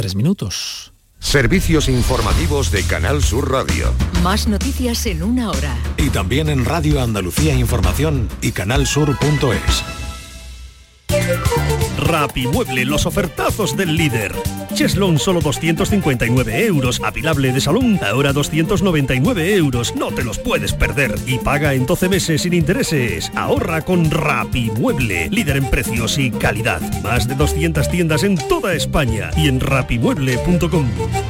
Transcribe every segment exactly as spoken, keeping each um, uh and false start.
Tres minutos. Servicios informativos de Canal Sur Radio. Más noticias en una hora. Y también en Radio Andalucía Información y canalsur punto es. Rapimueble, los ofertazos del líder. Cheslón solo doscientos cincuenta y nueve euros. Apilable de salón, ahora doscientos noventa y nueve euros. No te los puedes perder. Y paga en doce meses sin intereses. Ahorra con Rapimueble, líder en precios y calidad. Más de doscientas tiendas en toda España y en rapimueble punto com.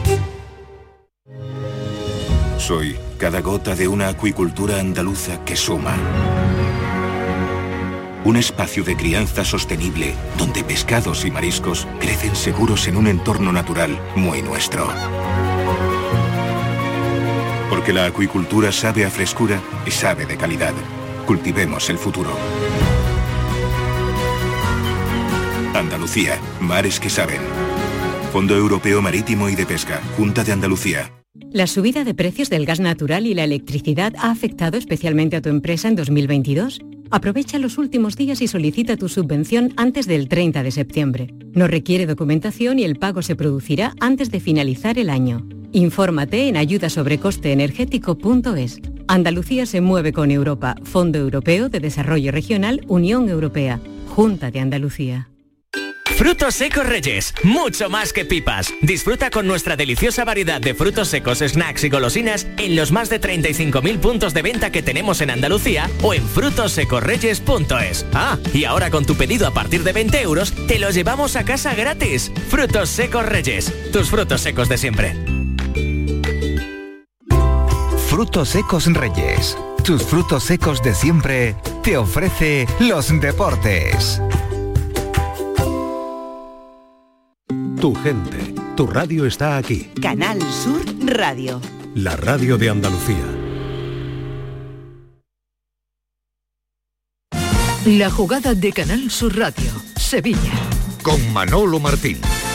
Soy cada gota de una acuicultura andaluza que suma. Un espacio de crianza sostenible donde pescados y mariscos crecen seguros en un entorno natural muy nuestro. Porque la acuicultura sabe a frescura y sabe de calidad. Cultivemos el futuro. Andalucía, mares que saben. Fondo Europeo Marítimo y de Pesca, Junta de Andalucía. ¿La subida de precios del gas natural y la electricidad ha afectado especialmente a tu empresa en dos mil veintidós? Aprovecha los últimos días y solicita tu subvención antes del treinta de septiembre. No requiere documentación y el pago se producirá antes de finalizar el año. Infórmate en ayuda sobre coste energético punto es. Andalucía se mueve con Europa, Fondo Europeo de Desarrollo Regional, Unión Europea, Junta de Andalucía. Frutos secos Reyes, mucho más que pipas. Disfruta con nuestra deliciosa variedad de frutos secos, snacks y golosinas en los más de treinta y cinco mil puntos de venta que tenemos en Andalucía o en frutos secos reyes punto es. Ah, y ahora con tu pedido a partir de veinte euros, te los llevamos a casa gratis. Frutos secos Reyes, tus frutos secos de siempre. Frutos secos Reyes, tus frutos secos de siempre, te ofrece los deportes. Tu gente, tu radio está aquí. Canal Sur Radio. La radio de Andalucía. La jugada de Canal Sur Radio, Sevilla. Con Manolo Martín.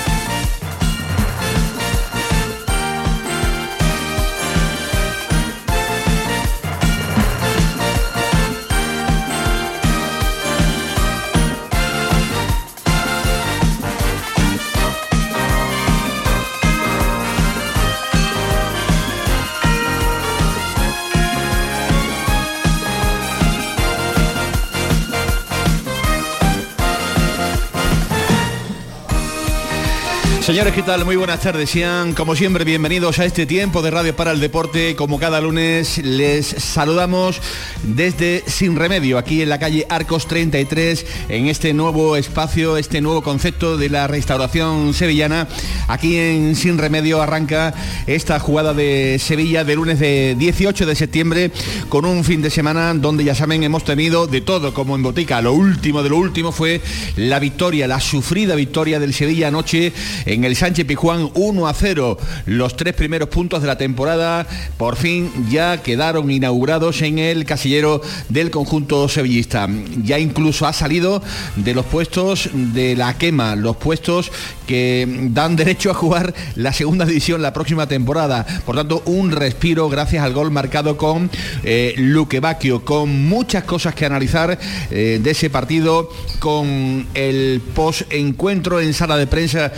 Señores, ¿qué tal? Muy buenas tardes. Sean, como siempre, bienvenidos a este tiempo de Radio para el Deporte. Como cada lunes, les saludamos desde Sin Remedio, aquí en la calle Arcos treinta y tres, en este nuevo espacio, este nuevo concepto de la restauración sevillana. Aquí en Sin Remedio arranca esta jugada de Sevilla de lunes de dieciocho de septiembre, con un fin de semana donde, ya saben, hemos tenido de todo como en botica. Lo último de lo último fue la victoria, la sufrida victoria del Sevilla anoche en el Sánchez Pizjuán, uno a cero. Los tres primeros puntos de la temporada por fin ya quedaron inaugurados en el casillero del conjunto sevillista. Ya incluso ha salido de los puestos de la quema, los puestos que dan derecho a jugar la segunda división la próxima temporada. Por tanto, un respiro gracias al gol marcado con eh, Luque Bacchio, con muchas cosas que analizar eh, de ese partido, con el post-encuentro en sala de prensa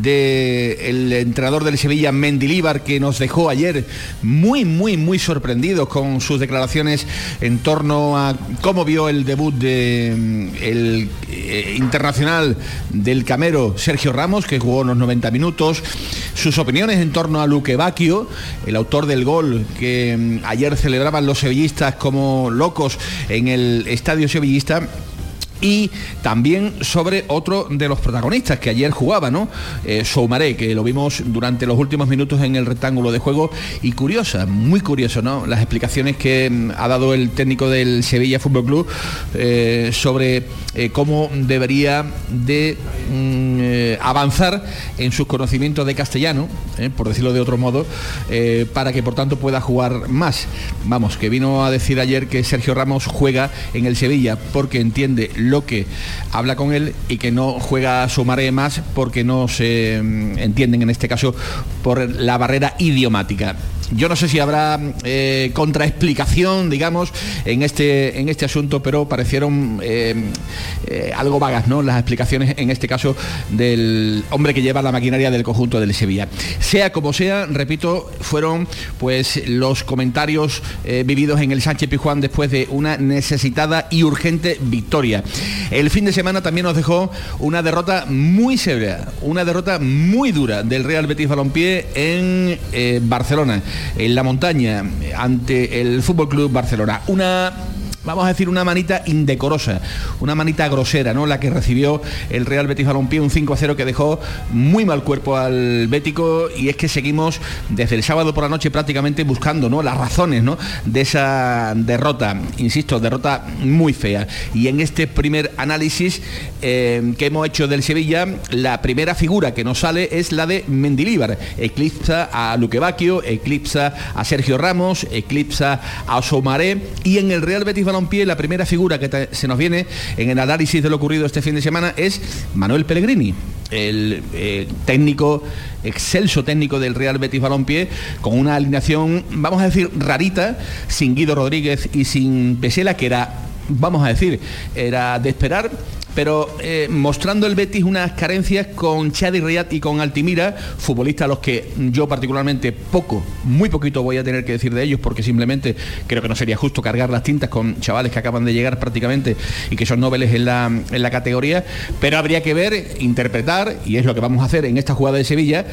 del entrenador del Sevilla, Mendilibar, que nos dejó ayer muy, muy, muy sorprendidos con sus declaraciones en torno a cómo vio el debut del de eh, internacional del Camero, Sergio Ramos, que jugó unos noventa minutos, sus opiniones en torno a Luque Bacchio, el autor del gol que eh, ayer celebraban los sevillistas como locos en el estadio sevillista. Y también sobre otro de los protagonistas que ayer jugaba, ¿no? Eh, Soumaré, que lo vimos durante los últimos minutos en el rectángulo de juego. Y curiosa, muy curioso, ¿no? Las explicaciones que mm, ha dado el técnico del Sevilla Fútbol Club eh, sobre eh, cómo debería de mm, eh, avanzar en sus conocimientos de castellano, eh, por decirlo de otro modo, eh, para que por tanto pueda jugar más. Vamos, que vino a decir ayer que Sergio Ramos juega en el Sevilla porque entiende lo que habla con él y que no juega a Soumaré más porque no se entienden en este caso por la barrera idiomática. yo no sé si habrá eh, contraexplicación, digamos, en este en este asunto, pero parecieron eh, eh, algo vagas, ¿no?, las explicaciones en este caso del hombre que lleva la maquinaria del conjunto del Sevilla. Sea como sea, repito, fueron pues los comentarios eh, vividos en el Sánchez Pizjuán después de una necesitada y urgente victoria. El fin de semana también nos dejó una derrota muy severa, una derrota muy dura del Real Betis Balompié en eh, Barcelona, en la montaña, ante el F C Barcelona. Una, vamos a decir, una manita indecorosa, una manita grosera, ¿no?, la que recibió el Real Betis Balompié, un cinco a cero que dejó muy mal cuerpo al bético, y es que seguimos desde el sábado por la noche prácticamente buscando, ¿no?, las razones, ¿no?, de esa derrota, insisto, derrota muy fea. Y en este primer análisis eh, que hemos hecho del Sevilla, la primera figura que nos sale es la de Mendilíbar. Eclipsa a Luque Bacchio, eclipsa a Sergio Ramos, eclipsa a Soumaré, y en el Real Betis Balompié Balompié, la primera figura que te, se nos viene en el análisis de lo ocurrido este fin de semana es Manuel Pellegrini, el eh, técnico, excelso técnico del Real Betis Balompié, con una alineación, vamos a decir, rarita, sin Guido Rodríguez y sin Pesela, que era, vamos a decir, era de esperar, pero eh, mostrando el Betis unas carencias con Chadi Riyad y con Altimira, futbolistas a los que yo particularmente poco, muy poquito voy a tener que decir de ellos, porque simplemente creo que no sería justo cargar las tintas con chavales que acaban de llegar prácticamente y que son noveles en la, en la categoría, pero habría que ver, interpretar, y es lo que vamos a hacer en esta jugada de Sevilla,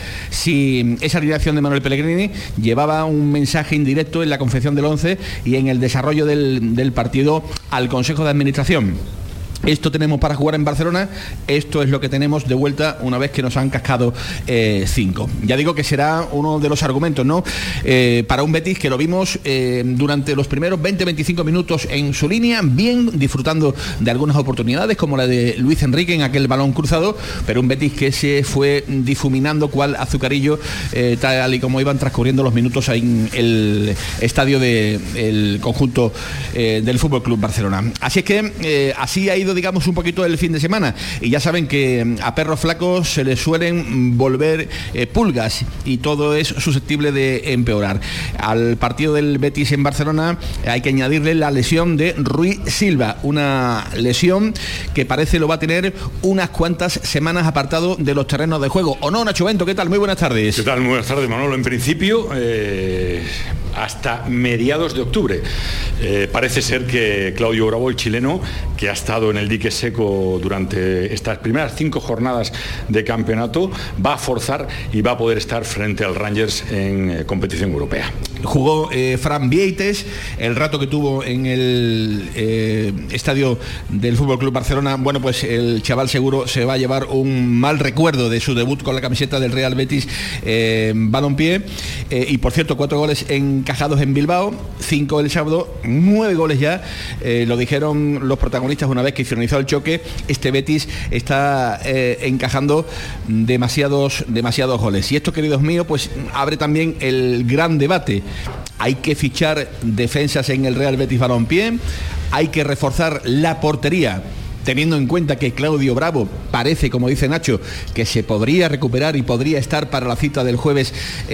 si esa alineación de Manuel Pellegrini llevaba un mensaje indirecto en la confección del once y en el desarrollo del, del partido al Consejo de Administración. Esto tenemos para jugar en Barcelona, esto es lo que tenemos de vuelta una vez que nos han cascado eh, cinco. Ya digo que será uno de los argumentos, ¿no?, eh, para un Betis que lo vimos eh, durante los primeros veinte a veinticinco minutos en su línea, bien, disfrutando de algunas oportunidades como la de Luis Enrique en aquel balón cruzado, pero un Betis que se fue difuminando cual azucarillo eh, tal y como iban transcurriendo los minutos en el estadio del conjunto eh, del F C Barcelona. Así es que eh, así ha ido, digamos, un poquito el fin de semana, y ya saben que a perros flacos se les suelen volver eh, pulgas, y todo es susceptible de empeorar. Al partido del Betis en Barcelona hay que añadirle la lesión de Rui Silva, una lesión que parece lo va a tener unas cuantas semanas apartado de los terrenos de juego. ¿O no, Nacho Bento? ¿Qué tal? Muy buenas tardes. ¿Qué tal? Muy buenas tardes, Manolo. En principio, eh, hasta mediados de octubre. Eh, parece ser que Claudio Bravo, el chileno, que ha estado en el dique seco durante estas primeras cinco jornadas de campeonato, va a forzar y va a poder estar frente al Rangers en eh, competición europea. Jugó eh, Fran Vieites, el rato que tuvo en el eh, estadio del F C Barcelona. Bueno, pues el chaval seguro se va a llevar un mal recuerdo de su debut con la camiseta del Real Betis eh, Balompié. Eh, y por cierto, cuatro goles encajados en Bilbao, cinco el sábado, nueve goles ya. Eh, lo dijeron los protagonistas una vez que finalizó el choque. Este Betis está eh, encajando demasiados, demasiados goles. Y esto, queridos míos, pues abre también el gran debate. Hay que fichar defensas en el Real Betis Balompié, hay que reforzar la portería, teniendo en cuenta que Claudio Bravo parece, como dice Nacho, que se podría recuperar y podría estar para la cita del jueves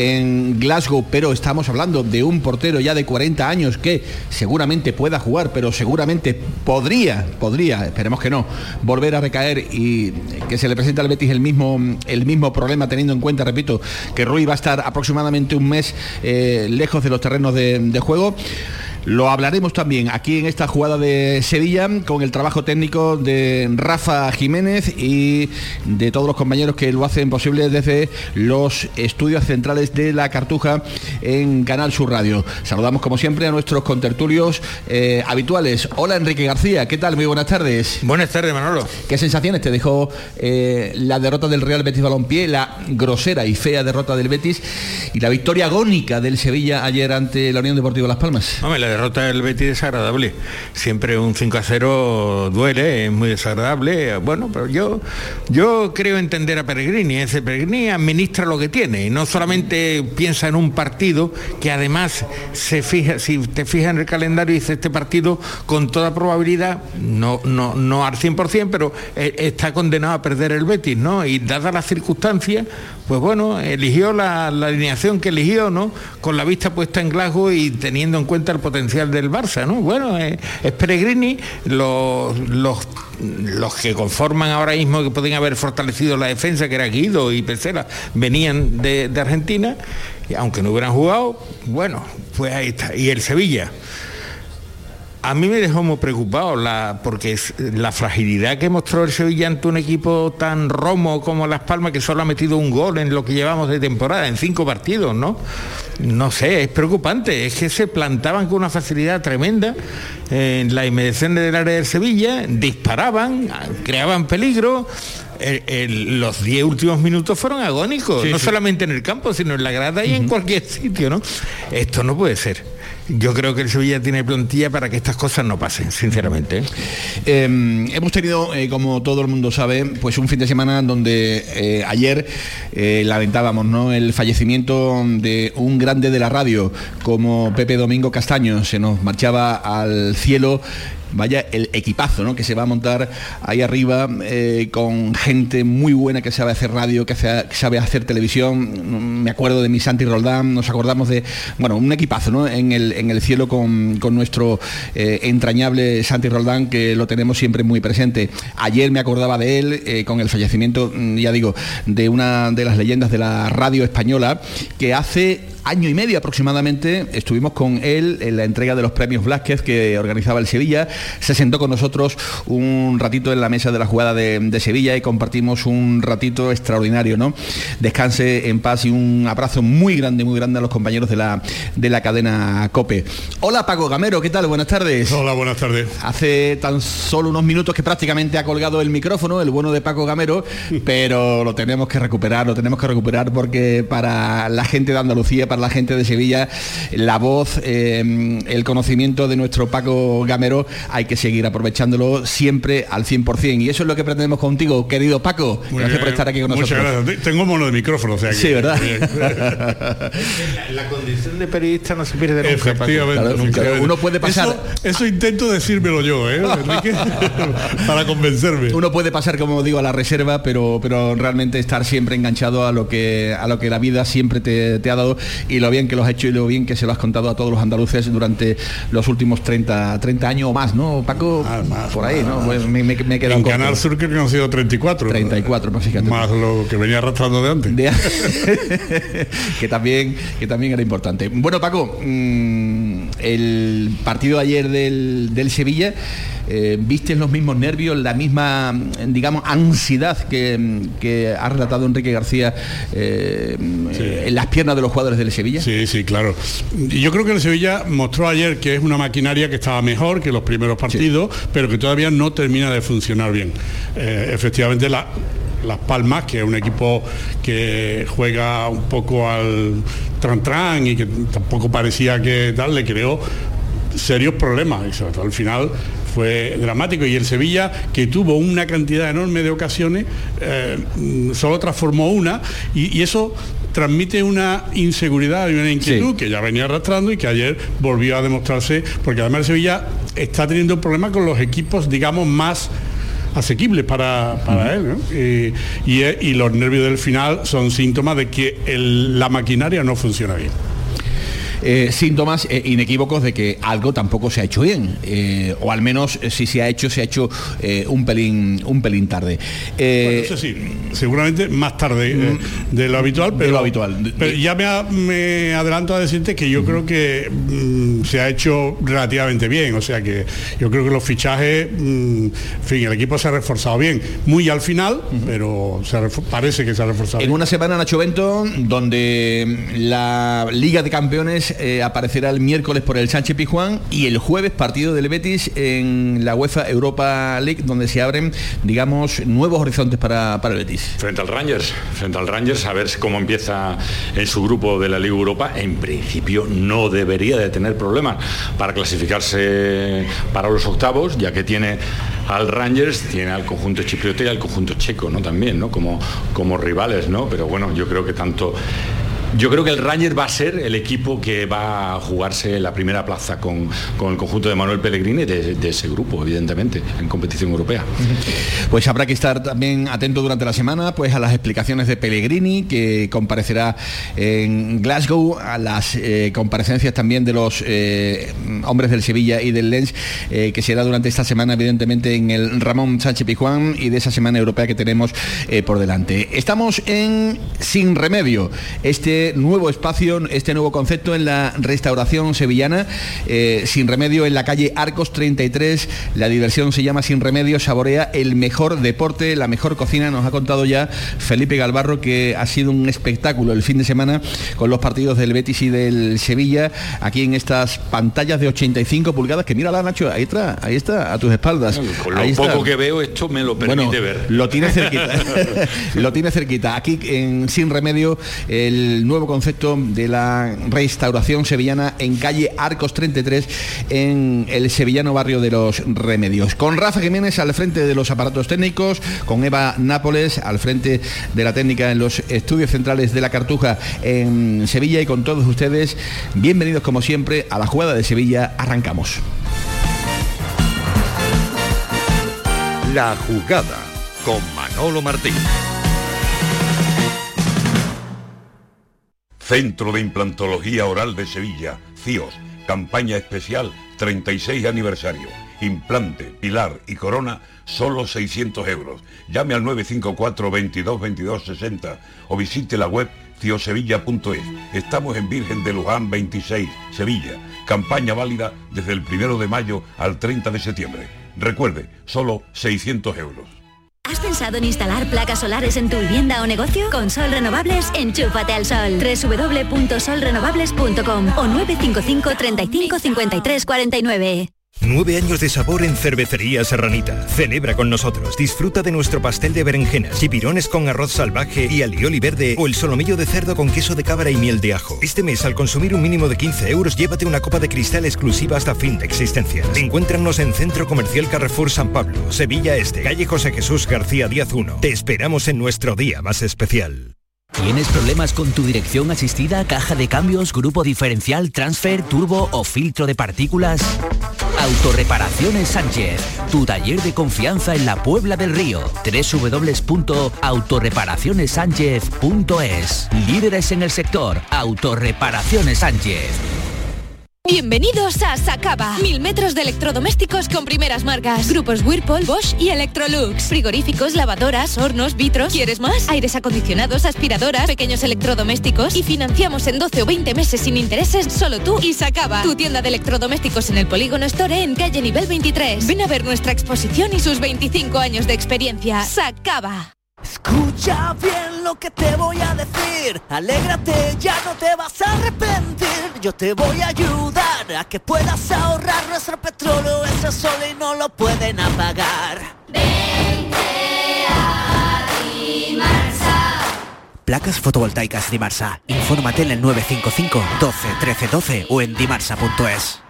en Glasgow, pero estamos hablando de un portero ya de cuarenta años que seguramente pueda jugar, pero seguramente podría, podría, esperemos que no, volver a recaer y que se le presente al Betis el mismo, el mismo problema, teniendo en cuenta, repito, que Rui va a estar aproximadamente un mes eh, lejos de los terrenos de, de juego. Lo hablaremos también aquí en esta jugada de Sevilla con el trabajo técnico de Rafa Jiménez y de todos los compañeros que lo hacen posible desde los estudios centrales de La Cartuja en Canal Sur Radio. Saludamos como siempre a nuestros contertulios eh, habituales. Hola, Enrique García, ¿qué tal? Muy buenas tardes. Buenas tardes, Manolo. ¿Qué sensaciones te dejó eh, la derrota del Real Betis Balompié, la grosera y fea derrota del Betis y la victoria agónica del Sevilla ayer ante la Unión Deportiva Las Palmas? Hombre, la derrota del Betis es desagradable. Siempre un cinco a cero duele, es muy desagradable. Bueno, pero yo yo creo entender a Pellegrini. Ese Pellegrini administra lo que tiene y no solamente piensa en un partido que además se fija, si te fijas en el calendario, dice este partido con toda probabilidad, no, no, no al cien por ciento, pero está condenado a perder el Betis, ¿no? Y dadas las circunstancias, pues bueno, eligió la, la alineación que eligió, ¿no? Con la vista puesta en Glasgow y teniendo en cuenta el potencial del Barça, ¿no? Bueno, es, es Pellegrini, los, los, los que conforman ahora mismo que pueden haber fortalecido la defensa, que era Guido y Pesela, venían de, de Argentina, y aunque no hubieran jugado, bueno, pues ahí está. Y el Sevilla, a mí me dejó muy preocupado la, porque es la fragilidad que mostró el Sevilla ante un equipo tan romo como Las Palmas, que solo ha metido un gol en lo que llevamos de temporada, en cinco partidos, ¿no? No sé, es preocupante, es que se plantaban con una facilidad tremenda en la inmediación del área del Sevilla, disparaban, creaban peligro. El, el, los diez últimos minutos fueron agónicos, sí, no sí. solamente en el campo, sino en la grada y uh-huh. en cualquier sitio, ¿no? Esto no puede ser. Yo creo que el Sevilla tiene plantilla para que estas cosas no pasen, sinceramente. ¿eh? Eh, hemos tenido, eh, como todo el mundo sabe, pues un fin de semana donde eh, ayer eh, lamentábamos, ¿no?, el fallecimiento de un grande de la radio como Pepe Domingo Castaño. Se nos marchaba al cielo. Vaya el equipazo, ¿no?, que se va a montar ahí arriba, eh, con gente muy buena que sabe hacer radio, que, hace, que sabe hacer televisión. Me acuerdo de mi Santi Roldán, nos acordamos de, bueno, un equipazo, ¿no?, en el, en el cielo con, con nuestro eh, entrañable Santi Roldán, que lo tenemos siempre muy presente. Ayer me acordaba de él, eh, con el fallecimiento, ya digo, de una de las leyendas de la radio española, que hace año y medio aproximadamente estuvimos con él en la entrega de los premios Blázquez que organizaba el Sevilla. Se sentó con nosotros un ratito en la mesa de la jugada de, de Sevilla y compartimos un ratito extraordinario, ¿no? Descanse en paz y un abrazo muy grande, muy grande a los compañeros de la, de la cadena COPE. Hola, Paco Gamero, ¿qué tal? Buenas tardes. Hola, buenas tardes. Hace tan solo unos minutos que prácticamente ha colgado el micrófono, el bueno de Paco Gamero, pero lo tenemos que recuperar, lo tenemos que recuperar porque para la gente de Andalucía, para la gente de Sevilla, la voz, eh, el conocimiento de nuestro Paco Gamero, hay que seguir aprovechándolo siempre al cien por ciento. Y eso es lo que pretendemos contigo, querido Paco. Muy gracias bien, por estar aquí con muchas nosotros. Gracias. Tengo mono de micrófono, o sea que... Sí, ¿verdad? la, la condición de periodista no se pierde nunca, efectivamente, Paco. Claro, nunca. Uno puede pasar... Eso, eso intento decírmelo yo, ¿eh, Enrique? Para convencerme. Uno puede pasar, como digo, a la reserva, pero, pero realmente estar siempre enganchado a lo que, a lo que la vida siempre te, te ha dado, y lo bien que lo has hecho y lo bien que se lo has contado a todos los andaluces durante los últimos treinta años o más, ¿no, Paco? Más, más, por ahí, más, ¿no? Más. Pues me, me, me he quedado en corto. Canal Sur creo que han sido treinta y cuatro. treinta y cuatro, pues fíjate. Más lo que venía arrastrando de antes. De... que, también, que también era importante. Bueno, Paco, mmm, el partido de ayer del, del Sevilla, eh, ¿viste los mismos nervios, la misma, digamos, ansiedad que, que ha relatado Enrique García eh, sí. en las piernas de los jugadores del Sevilla? Sí, sí, claro. Yo creo que el Sevilla mostró ayer que es una maquinaria que estaba mejor que los primeros partidos, sí. pero que todavía no termina de funcionar bien. Eh, efectivamente, la... Las Palmas, que es un equipo que juega un poco al tran-tran y que tampoco parecía que tal, le creó serios problemas y sobre todo al final fue dramático. Y el Sevilla, que tuvo una cantidad enorme de ocasiones, eh, solo transformó una y, y eso transmite una inseguridad y una inquietud sí. que ya venía arrastrando y que ayer volvió a demostrarse, porque además el Sevilla está teniendo un problema con los equipos, digamos, más asequibles para, para uh-huh. él, ¿no? y, y, y los nervios del final son síntomas de que el, la maquinaria no funciona bien. Eh, síntomas eh, inequívocos de que algo tampoco se ha hecho bien, eh, o al menos eh, si se ha hecho, se ha hecho eh, un pelín un pelín tarde. Eh, bueno, eso sí, seguramente más tarde eh, de lo habitual, pero, de lo habitual. pero ya me, a, me adelanto a decirte que yo uh-huh. creo que mm, se ha hecho relativamente bien, o sea que yo creo que los fichajes, mm, en fin, el equipo se ha reforzado bien, muy al final, uh-huh. pero se refor- parece que se ha reforzado en bien. Una semana, Nacho Bento, donde la Liga de Campeones Rangers eh, aparecerá el miércoles por el Sánchez Pizjuán y el jueves partido del Betis en la UEFA Europa League, donde se abren, digamos, nuevos horizontes para, para el Betis. Frente al Rangers, frente al Rangers, a ver cómo empieza en su grupo de la Liga Europa. En principio no debería de tener problemas para clasificarse para los octavos, ya que tiene al Rangers, tiene al conjunto chipriota y al conjunto checo, ¿no? También, ¿no? Como, como rivales, ¿no? Pero bueno, yo creo que tanto... Yo creo que el Rangers va a ser el equipo que va a jugarse la primera plaza con, con el conjunto de Manuel Pellegrini de, de ese grupo, evidentemente, en competición europea. Pues habrá que estar también atento durante la semana pues a las explicaciones de Pellegrini, que comparecerá en Glasgow, a las eh, comparecencias también de los eh, hombres del Sevilla y del Lens, eh, que será durante esta semana, evidentemente, en el Ramón Sánchez Pizjuán, y de esa semana europea que tenemos eh, por delante. Estamos en Sin Remedio, este nuevo espacio, este nuevo concepto en la restauración sevillana, eh, Sin Remedio, en la calle Arcos treinta y tres. La diversión se llama Sin Remedio, saborea el mejor deporte, la mejor cocina. Nos ha contado ya Felipe Galvarro que ha sido un espectáculo el fin de semana con los partidos del Betis y del Sevilla, aquí en estas pantallas de ochenta y cinco pulgadas, que mírala, Nacho, ahí está, ahí está, a tus espaldas. Con lo ahí poco está. Que veo, esto me lo permite bueno, ver. Lo tiene cerquita. Lo tiene cerquita. Aquí en Sin Remedio, el nuevo concepto de la restauración sevillana en calle Arcos treinta y tres, en el sevillano barrio de los Remedios. Con Rafa Jiménez al frente de los aparatos técnicos, con Eva Nápoles al frente de la técnica en los estudios centrales de la Cartuja en Sevilla, y con todos ustedes, bienvenidos como siempre a la jugada de Sevilla. Arrancamos. La jugada con Manolo Martín. Centro de Implantología Oral de Sevilla, C I O S, campaña especial treinta y seis aniversario. Implante, pilar y corona, solo seiscientos euros. Llame al nueve cinco cuatro, veintidós, veintidós, sesenta o visite la web ciosevilla punto es. Estamos en Virgen de Luján veintiséis, Sevilla. Campaña válida desde el primero de mayo al treinta de septiembre. Recuerde, solo seiscientos euros. ¿Has pensado en instalar placas solares en tu vivienda o negocio? Con Sol Renovables, enchúfate al sol. doble u doble u doble u punto sol renovables punto com o nueve cinco cinco, treinta y cinco, cincuenta y tres, cuarenta y nueve. Nueve años de sabor en Cervecería Serranita. Celebra con nosotros. Disfruta de nuestro pastel de berenjenas, chipirones con arroz salvaje y alioli verde, o el solomillo de cerdo con queso de cabra y miel de ajo. Este mes, al consumir un mínimo de quince euros, llévate una copa de cristal exclusiva hasta fin de existencias. Encuéntranos en Centro Comercial Carrefour San Pablo, Sevilla Este, calle José Jesús García Díaz uno. Te esperamos en nuestro día más especial. ¿Tienes problemas con tu dirección asistida, caja de cambios, grupo diferencial, transfer, turbo o filtro de partículas? Autorreparaciones Sánchez, tu taller de confianza en la Puebla del Río. doble u doble u doble u punto autorreparaciones sánchez punto es. Líderes en el sector. Autorreparaciones Sánchez. Bienvenidos a Sacaba. Mil metros de electrodomésticos con primeras marcas. Grupos Whirlpool, Bosch y Electrolux. Frigoríficos, lavadoras, hornos, vitros. ¿Quieres más? Aires acondicionados, aspiradoras, pequeños electrodomésticos. Y financiamos en doce o veinte meses sin intereses, solo tú y Sacaba. Tu tienda de electrodomésticos en el Polígono Store, en calle Nivel veintitrés. Ven a ver nuestra exposición y sus veinticinco años de experiencia. Sacaba. Escucha bien lo que te voy a decir. Alégrate, ya no te vas a arrepentir. Yo te voy a ayudar a que puedas ahorrar. Nuestro petróleo es el sol y no lo pueden apagar. Vente a Dimarsa. Placas fotovoltaicas Dimarsa. Infórmate en el nueve cinco cinco, doce, trece, doce o en dimarsa punto es.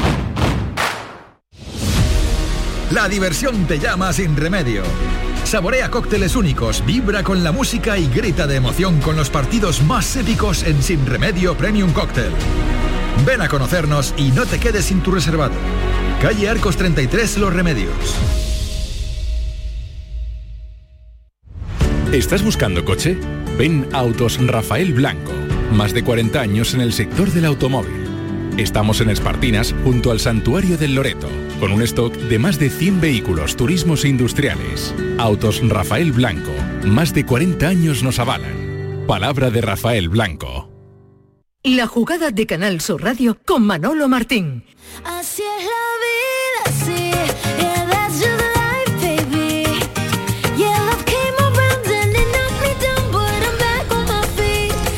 La diversión te llama Sin Remedio. Saborea cócteles únicos, vibra con la música y grita de emoción con los partidos más épicos en Sin Remedio Premium Cóctel. Ven a conocernos y no te quedes sin tu reservado. Calle Arcos treinta y tres, Los Remedios. ¿Estás buscando coche? Ven a Autos Rafael Blanco. Más de cuarenta años en el sector del automóvil. Estamos en Espartinas, junto al Santuario del Loreto, con un stock de más de cien vehículos, turismos e industriales. Autos Rafael Blanco. Más de cuarenta años nos avalan. Palabra de Rafael Blanco. La jugada de Canal Sur Radio con Manolo Martín. Así es la vida, sí. Yeah, that's just life, baby. Yeah, love came around and it knocked me down, but I'm back on my feet.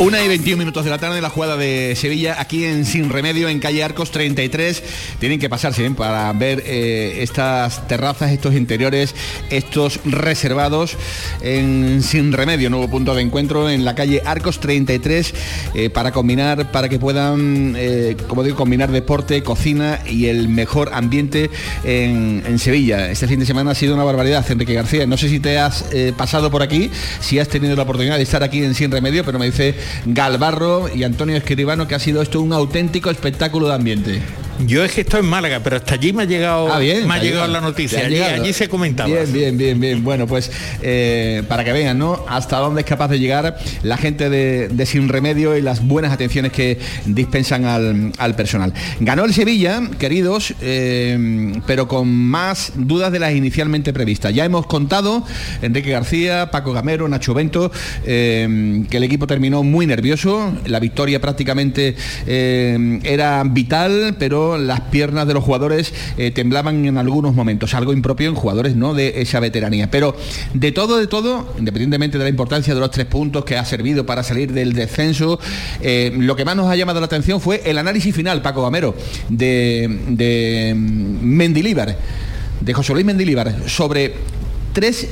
Una y veintiún minutos de la tarde, la jugada de Sevilla aquí en Sin Remedio, en calle Arcos treinta y tres. Tienen que pasarse ¿eh? para ver eh, estas terrazas, estos interiores, estos reservados en Sin Remedio, nuevo punto de encuentro en la calle Arcos treinta y tres, eh, para combinar, para que puedan, eh, como digo, combinar deporte, cocina y el mejor ambiente en, en Sevilla. Este fin de semana ha sido una barbaridad, Enrique García. No sé si te has eh, pasado por aquí, si has tenido la oportunidad de estar aquí en Sin Remedio, pero me dice Galvarro y Antonio Escribano que ha sido esto un auténtico espectáculo de ambiente. Yo es que estoy en Málaga, pero hasta allí me ha llegado, ah, bien, me ha llegado la noticia, allí, allí se comentaba. Bien, bien, bien, bien. Bueno, pues eh, para que vean, ¿no?, hasta dónde es capaz de llegar la gente de, de Sin Remedio y las buenas atenciones que dispensan al, al personal. Ganó el Sevilla, queridos, eh, pero con más dudas de las inicialmente previstas. Ya hemos contado, Enrique García, Paco Gamero, Nacho Bento, eh, que el equipo terminó muy nervioso. La victoria prácticamente eh, era vital, pero las piernas de los jugadores eh, temblaban en algunos momentos, algo impropio en jugadores no de esa veteranía. Pero de todo, de todo, independientemente de la importancia de los tres puntos que ha servido para salir del descenso, eh, lo que más nos ha llamado la atención fue el análisis final, Paco Gamero, de, de Mendilibar, de José Luis Mendilibar, sobre tres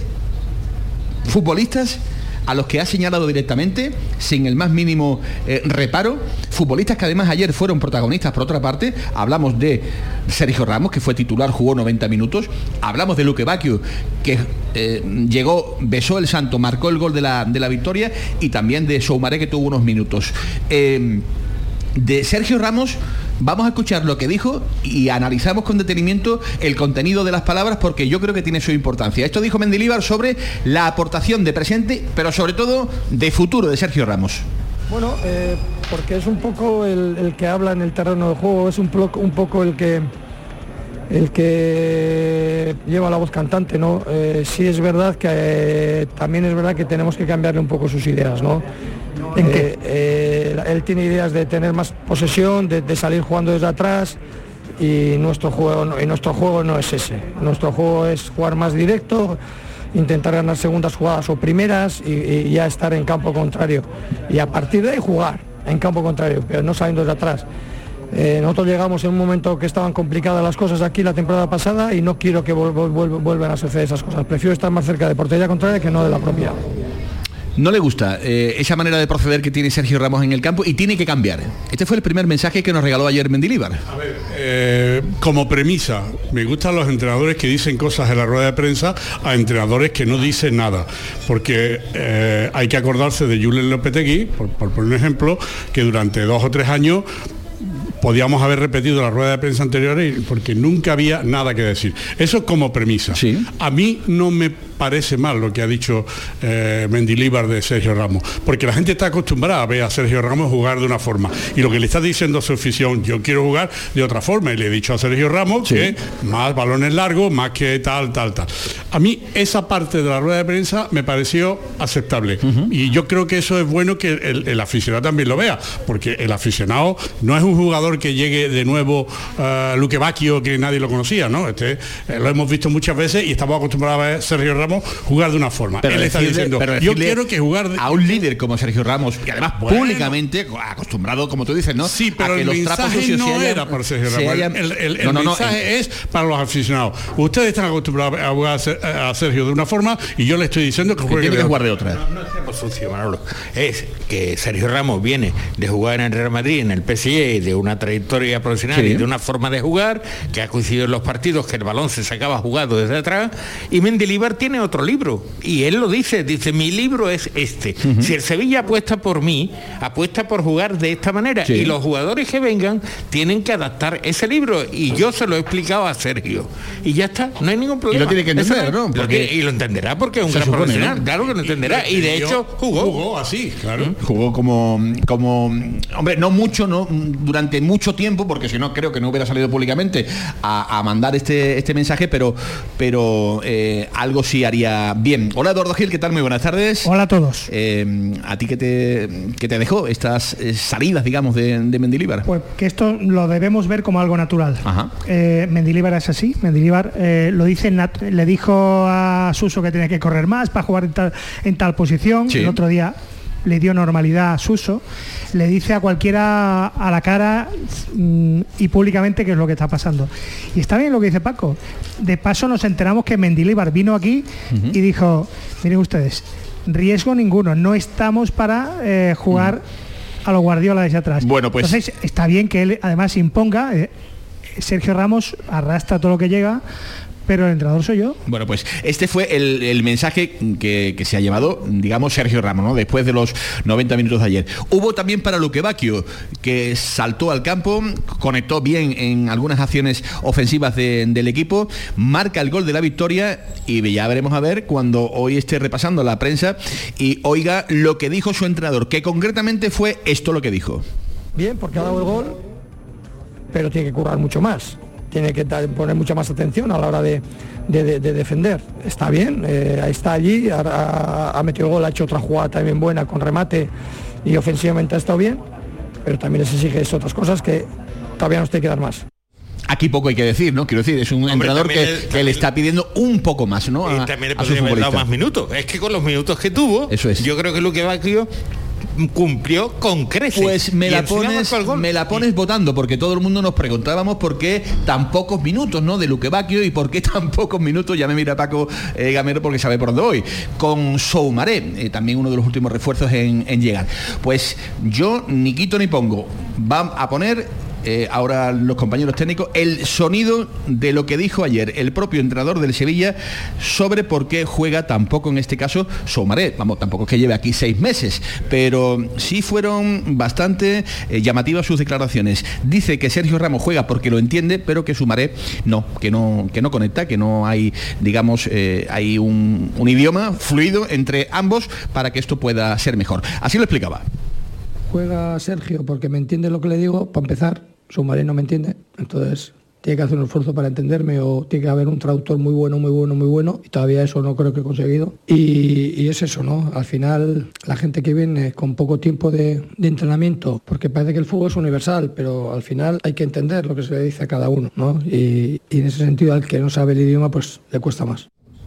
futbolistas a los que ha señalado directamente, sin el más mínimo eh, reparo, futbolistas que además ayer fueron protagonistas. Por otra parte, hablamos de Sergio Ramos, que fue titular, jugó noventa minutos, hablamos de Luque Bacchio, que eh, llegó, besó el santo, marcó el gol de la, de la victoria, y también de Soumaré, que tuvo unos minutos. Eh, de Sergio Ramos vamos a escuchar lo que dijo y analizamos con detenimiento el contenido de las palabras, porque yo creo que tiene su importancia. Esto dijo Mendilibar sobre la aportación de presente, pero sobre todo de futuro de Sergio Ramos. Bueno, eh, porque es un poco el, el que habla en el terreno de juego, es un, poco, un poco el que el que lleva la voz cantante, ¿no? Eh, sí es verdad que eh, también es verdad que tenemos que cambiarle un poco sus ideas, ¿no? ¿En qué? Eh, eh, él tiene ideas de tener más posesión, de, de salir jugando desde atrás, y nuestro juego no, y nuestro juego no es ese. Nuestro juego es jugar más directo, intentar ganar segundas jugadas o primeras y, y ya estar en campo contrario. Y a partir de ahí jugar en campo contrario, pero no saliendo desde atrás. Eh, nosotros llegamos en un momento que estaban complicadas las cosas aquí la temporada pasada y no quiero que vuel vuel vuelvan a suceder esas cosas. Prefiero estar más cerca de portería contraria que no de la propia. No le gusta eh, esa manera de proceder que tiene Sergio Ramos en el campo y tiene que cambiar. Este fue el primer mensaje que nos regaló ayer Mendilibar. A ver, eh, como premisa, me gustan los entrenadores que dicen cosas en la rueda de prensa a entrenadores que no dicen nada, porque eh, hay que acordarse de Julen Lopetegui, por, por poner un ejemplo, que durante dos o tres años podíamos haber repetido la rueda de prensa anterior porque nunca había nada que decir. Eso es como premisa. ¿Sí? A mí no me parece mal lo que ha dicho eh, Mendilibar de Sergio Ramos, porque la gente está acostumbrada a ver a Sergio Ramos jugar de una forma, y lo que le está diciendo a su afición, yo quiero jugar de otra forma, y le he dicho a Sergio Ramos ¿Sí? que más balones largos, más que tal, tal, tal. A mí esa parte de la rueda de prensa me pareció aceptable, uh-huh. y yo creo que eso es bueno que el, el aficionado también lo vea, porque el aficionado no es un jugador que llegue de nuevo uh, Luque Bacchio, que nadie lo conocía, ¿no? Este, eh, lo hemos visto muchas veces y estamos acostumbrados a ver a Sergio Ramos jugar de una forma. Pero él está decirle, diciendo, pero yo quiero que jugar de... a un líder como Sergio Ramos, y además bueno, públicamente acostumbrado, como tú dices, ¿no? Sí, pero a que el los mensaje no hayan, era para Sergio Ramos. Hayan, el el, el no, no, mensaje no, es para los aficionados. Ustedes están acostumbrados a jugar a Sergio de una forma y yo le estoy diciendo que, que juegue tiene de que jugar de otra. No, no es sucio, Manolo. Es que Sergio Ramos viene de jugar en el Real Madrid, en el P S G, de una trayectoria profesional sí. y de una forma de jugar que ha coincidido en los partidos que el balón se sacaba jugado desde atrás, y Mendilibar tiene otro libro. Y él lo dice, dice, mi libro es este. Uh-huh. Si el Sevilla apuesta por mí, apuesta por jugar de esta manera. Sí. Y los jugadores que vengan tienen que adaptar ese libro. Y yo se lo he explicado a Sergio. Y ya está, no hay ningún problema. Y lo tiene que entender, Eso, ¿no? Porque lo, y lo entenderá porque es un gran supone, profesional. ¿No? Claro que lo entenderá. Y, y de hecho jugó. Jugó así, claro. ¿Mm? Jugó como, como, hombre, no mucho, no durante mucho tiempo, porque si no creo que no hubiera salido públicamente a, a mandar este, este mensaje, pero, pero eh, algo sí haría bien. Hola Eduardo Gil, ¿qué tal? Muy buenas tardes. Hola a todos. Eh, ¿A ti qué te, qué te dejó estas eh, salidas, digamos, de, de Mendilibar? Pues que esto lo debemos ver como algo natural. Ajá. Eh, Mendilibar es así. Mendilibar eh, lo dice, nat- le dijo a Suso que tenía que correr más para jugar en tal, en tal posición. Sí. El otro día le dio normalidad a Suso, le dice a cualquiera a la cara mmm, y públicamente qué es lo que está pasando. Y está bien lo que dice Paco. De paso nos enteramos que Mendilibar vino aquí uh-huh. y dijo, miren ustedes, riesgo ninguno, no estamos para eh, jugar uh-huh. a los Guardiola desde atrás. Bueno, pues... Entonces está bien que él además imponga, eh, Sergio Ramos arrastra todo lo que llega, pero el entrenador soy yo. Bueno, pues este fue el, el mensaje que, que se ha llevado, digamos, Sergio Ramos, ¿no? Después de los noventa minutos de ayer. Hubo también para Luque Bacchio, que saltó al campo, conectó bien en algunas acciones ofensivas de, del equipo, marca el gol de la victoria y ya veremos a ver cuando hoy esté repasando la prensa y oiga lo que dijo su entrenador, que concretamente fue esto lo que dijo. Bien, porque ha dado el gol, pero tiene que currar mucho más. Tiene que poner mucha más atención a la hora de, de, de, de defender. Está bien, eh, ahí está allí, ha, ha metido gol, ha hecho otra jugada también buena con remate y ofensivamente ha estado bien, pero también les exige otras cosas que todavía nos tiene que dar más. Aquí poco hay que decir, ¿no? Quiero decir, es un Hombre, entrenador que, el, que le está pidiendo un poco más, ¿no? Y a, también le podría haber dado más minutos. Es que con los minutos que tuvo, Eso es. yo creo que Luque Bacchio cumplió con creces. Pues me la pones me la pones votando, porque todo el mundo nos preguntábamos por qué tan pocos minutos, ¿no? De Luque Bacchio y por qué tan pocos minutos, ya me mira Paco eh, Gamero porque sabe por dónde voy, con Soumaré, eh, también uno de los últimos refuerzos en, en llegar. Pues yo ni quito ni pongo, va a poner Eh, ahora los compañeros técnicos, el sonido de lo que dijo ayer el propio entrenador del Sevilla sobre por qué juega tampoco en este caso Soumaré. Vamos, tampoco es que lleve aquí seis meses, pero sí fueron bastante eh, llamativas sus declaraciones. Dice que Sergio Ramos juega porque lo entiende, pero que Soumaré no, que no, que no conecta, que no hay, digamos, eh, hay un, un idioma fluido entre ambos para que esto pueda ser mejor. Así lo explicaba. Juega Sergio porque me entiende lo que le digo, para empezar. Soumaré no me entiende, entonces tiene que hacer un esfuerzo para entenderme o tiene que haber un traductor muy bueno, muy bueno, muy bueno y todavía eso no creo que he conseguido. Y, y es eso, ¿no? Al final la gente que viene con poco tiempo de, de entrenamiento, porque parece que el fútbol es universal, pero al final hay que entender lo que se le dice a cada uno, ¿no? Y, y en ese sentido al que no sabe el idioma pues le cuesta más.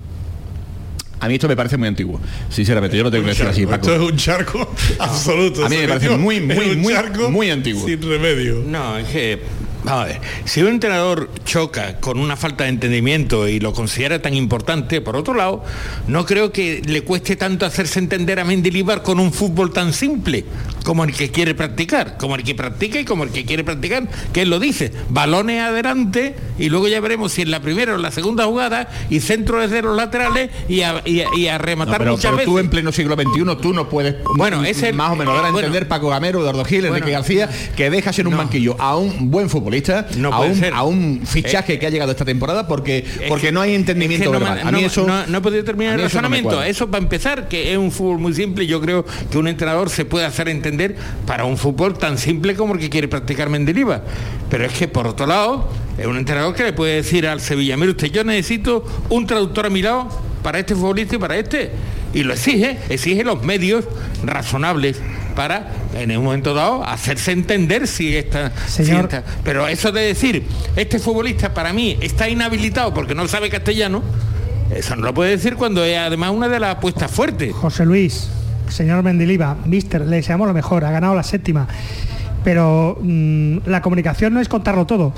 A mí esto me parece muy antiguo, sinceramente, yo no tengo que decir así, Paco. Esto es un charco absoluto. A mí me parece muy, muy, muy, muy antiguo. Sin remedio. No, es que, vamos a ver, si un entrenador choca con una falta de entendimiento y lo considera tan importante, por otro lado, no creo que le cueste tanto hacerse entender a Mendilibar con un fútbol tan simple como el que quiere practicar, como el que practica y como el que quiere practicar, que él lo dice, balones adelante y luego ya veremos si en la primera o en la segunda jugada y centro desde los laterales y a, y a, y a rematar no, pero, muchas pero veces. Tú en pleno siglo veintiuno tú no puedes, bueno, ese más o menos dar a bueno, entender Paco Gamero, Eduardo Gil, Enrique bueno, García, que dejas en un no, banquillo a un buen futbolista, no a, un, a un fichaje eh, que ha llegado esta temporada porque porque que, no hay entendimiento es que verbal. No, a mí no, eso no, no he podido terminar el razonamiento. Eso, no eso para empezar, que es un fútbol muy simple. Yo creo que un entrenador se puede hacer entender para un fútbol tan simple como el que quiere practicar Mendilibar. Pero es que por otro lado, es un entrenador que le puede decir al Sevilla, mire usted, yo necesito un traductor a mi lado para este futbolista y para este. Y lo exige, exige los medios razonables para, en un momento dado, hacerse entender si esta, si esta... Pero eso de decir, este futbolista para mí está inhabilitado porque no sabe castellano, eso no lo puede decir cuando es además una de las apuestas fuertes. José Luis, señor Mendilibar, mister, le deseamos lo mejor, ha ganado la séptima. Pero mmm, la comunicación no es contarlo todo.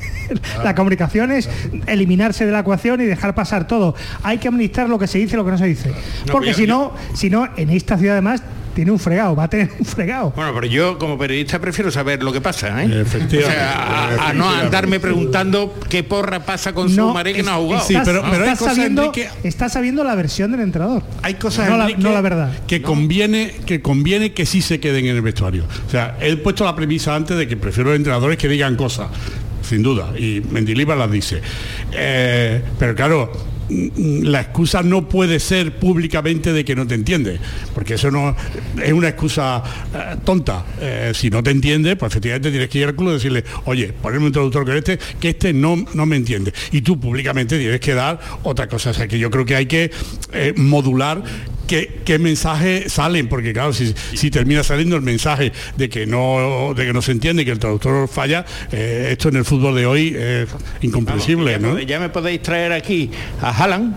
La comunicación es eliminarse de la ecuación y dejar pasar todo. Hay que administrar lo que se dice y lo que no se dice. Porque si no, si no, en esta ciudad además tiene un fregado, va a tener un fregado. Bueno, pero yo como periodista prefiero saber lo que pasa, ¿eh? Efectivamente. O sea, a, a no andarme preguntando qué porra pasa con no, Soumaré que no ha jugado. Sí, pero, pero está, hay sabiendo, cosas, Enrique, está sabiendo la versión del entrenador. Hay cosas, no, Enrique, la, no la verdad. Que no. conviene que conviene que sí se queden en el vestuario. O sea, he puesto la premisa antes de que prefiero los entrenadores que digan cosas, sin duda, y Mendilibar las dice. Eh, pero claro, la excusa no puede ser públicamente de que no te entiende, porque eso no es una excusa eh, tonta. Eh, si no te entiende, pues efectivamente tienes que ir al club y decirle, oye, poneme un traductor con este, que este no, no me entiende. Y tú públicamente tienes que dar otra cosa. O sea, que yo creo que hay que eh, modular qué, qué mensajes salen, porque claro, si, si termina saliendo el mensaje de que no de que no se entiende, que el traductor falla, eh, esto en el fútbol de hoy es incomprensible. Vamos, ya, ¿no? ya me podéis traer aquí a Haaland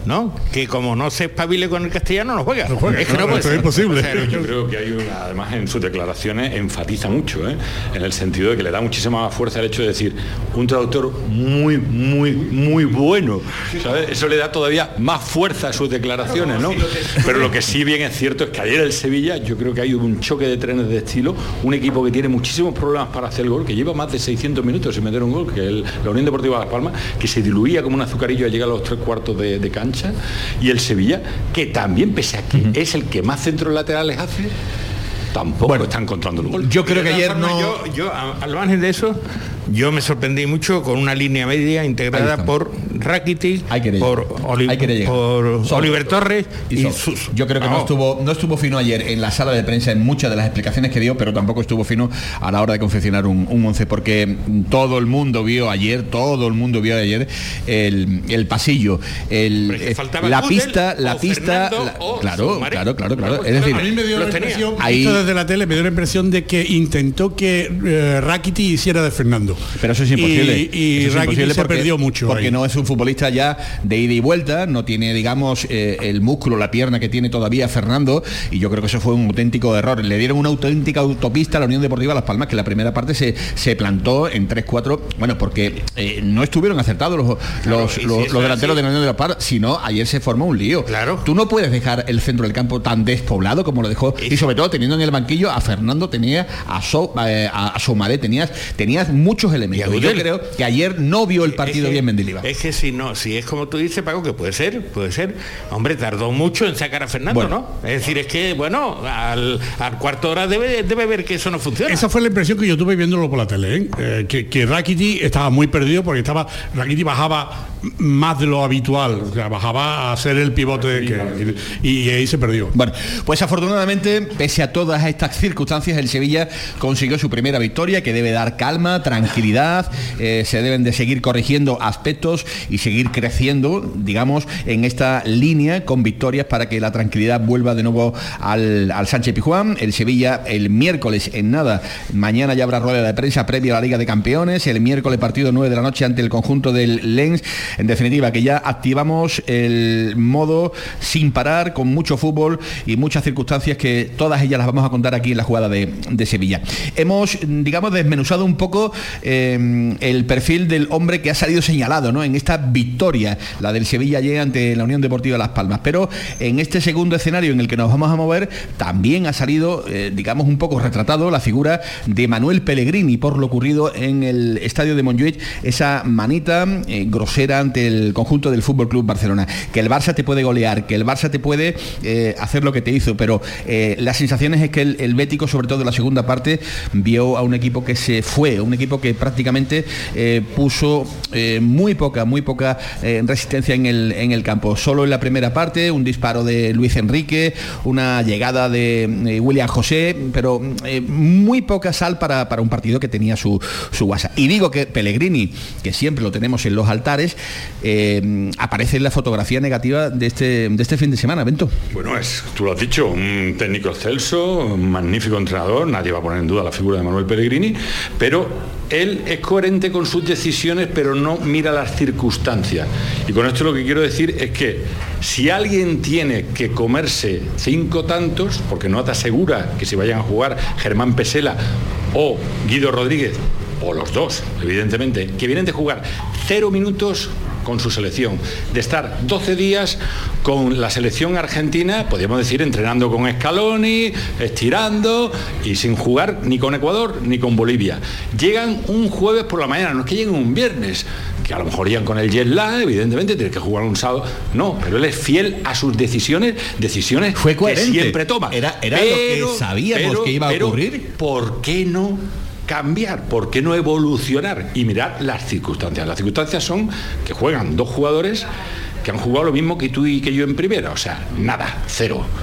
¿no? Que como no se espabile con el castellano, no juega. No juega. Es que no, no puede esto ser. es imposible. O sea, Yo creo que hay una, además en sus declaraciones enfatiza mucho, ¿eh? En el sentido de que le da muchísima más fuerza el hecho de decir un traductor muy, muy, muy bueno, ¿sabes? Eso le da todavía más fuerza a sus declaraciones, ¿no? Pero lo que sí bien es cierto es que ayer el Sevilla, yo creo que hay un choque de trenes de estilo, un equipo que tiene muchísimos problemas para hacer el gol, que lleva más de seiscientos minutos sin meter un gol, que el, la Unión Deportiva Las Palmas, que se diluía como un azucarillo al llegar a los tres cuartos de, de cancha, y el Sevilla, que también, pese a que uh-huh. es el que más centros laterales hace, tampoco bueno, está encontrando el gol. Yo creo que ayer no... Yo, yo, al margen de eso, yo me sorprendí mucho con una línea media integrada por Rakitic, por, Oli por Oliver Torres y, y sus... Yo creo que no estuvo no estuvo fino ayer en la sala de prensa en muchas de las explicaciones que dio, pero tampoco estuvo fino a la hora de confeccionar un, un once, porque todo el mundo vio ayer, todo el mundo vio ayer el, el pasillo, el, eh, la pista, la pista, la, claro, claro, claro, claro. Es decir, a mí me dio la impresión, ahí, desde la tele me dio la impresión de que intentó que eh, Rakitic hiciera de Fernando. Pero eso es imposible. Y, y eso es imposible se porque, perdió mucho. Porque ahí. no es un futbolista ya de ida y vuelta, no tiene, digamos, eh, el músculo, la pierna que tiene todavía Fernando, y yo creo que eso fue un auténtico error. Le dieron una auténtica autopista a la Unión Deportiva Las Palmas, que la primera parte se, se plantó en tres cuatro, bueno, porque eh, no estuvieron acertados los, claro, los, los, si los delanteros así de la Unión de Las Palmas, sino ayer se formó un lío. Claro. Tú no puedes dejar el centro del campo tan despoblado como lo dejó, y sobre todo teniendo en el banquillo a Fernando, tenía a, so, eh, a, a Soumaré, tenías, tenías muchos elementos. Y yo creo que ayer no vio el partido es que, bien Mendilibar. Es que si no, si es como tú dices, Paco, que puede ser, puede ser. Hombre, tardó mucho en sacar a Fernando, bueno. ¿no? Es decir, es que, bueno, al, al cuarto hora debe, debe ver que eso no funciona. Esa fue la impresión que yo tuve viéndolo por la tele, ¿eh? Eh, que, que Rakitic estaba muy perdido porque estaba Rakitic bajaba más de lo habitual, o sea, bajaba a ser el pivote sí, que, claro. y, y ahí se perdió. Bueno, pues afortunadamente, pese a todas estas circunstancias, el Sevilla consiguió su primera victoria, que debe dar calma, tranquilidad, eh, se deben de seguir corrigiendo aspectos y seguir creciendo, digamos, en esta línea con victorias para que la tranquilidad vuelva de nuevo al, al Sánchez Pizjuán. El Sevilla el miércoles en nada, mañana ya habrá rueda de prensa previa a la Liga de Campeones, el miércoles partido nueve de la noche ante el conjunto del Lens. En definitiva, que ya activamos el modo sin parar, con mucho fútbol y muchas circunstancias que todas ellas las vamos a contar aquí en la jugada de, de Sevilla. Hemos, digamos, desmenuzado un poco eh, el perfil del hombre que ha salido señalado, ¿no?, en esta victoria, la del Sevilla ayer ante la Unión Deportiva Las Palmas, pero en este segundo escenario en el que nos vamos a mover también ha salido, eh, digamos, un poco retratado la figura de Manuel Pellegrini por lo ocurrido en el estadio de Montjuïc, esa manita eh, grosera ante el conjunto del Fútbol Club Barcelona. Que el Barça te puede golear, que el Barça te puede eh, hacer lo que te hizo, pero eh, las sensaciones es que el, el Bético, sobre todo en la segunda parte, vio a un equipo que se fue, un equipo que prácticamente eh, puso eh, muy poca, muy poca eh, resistencia en el, en el campo. Solo en la primera parte, un disparo de Luis Enrique, una llegada de eh, William José, pero eh, muy poca sal para, para un partido que tenía su, su guasa. Y digo que Pellegrini, que siempre lo tenemos en los altares, eh, aparece en la fotografía negativa de este, de este fin de semana, Bento. Bueno, es, tú lo has dicho, un técnico excelso, un magnífico entrenador, nadie va a poner en duda la figura de Manuel Pellegrini, pero él es coherente con sus decisiones, pero no mira las circunstancias. Y con esto lo que quiero decir es que si alguien tiene que comerse cinco tantos, porque no te asegura que se vayan a jugar Germán Pesela o Guido Rodríguez, o los dos, evidentemente, que vienen de jugar cero minutos con su selección, de estar doce días con la selección argentina, podríamos decir, entrenando con Scaloni, estirando y sin jugar ni con Ecuador ni con Bolivia. Llegan un jueves por la mañana, no es que lleguen un viernes, que a lo mejor llegan con el jet lag, evidentemente, tienen que jugar un sábado. No, pero él es fiel a sus decisiones, decisiones Fue coherente. que siempre toma. Era, era pero, lo que sabíamos pero, que iba a pero, ocurrir. ¿por qué no cambiar? ¿Por qué no evolucionar y mirar las circunstancias? Las circunstancias son que juegan dos jugadores que han jugado lo mismo que tú y que yo en primera, o sea, nada, cero.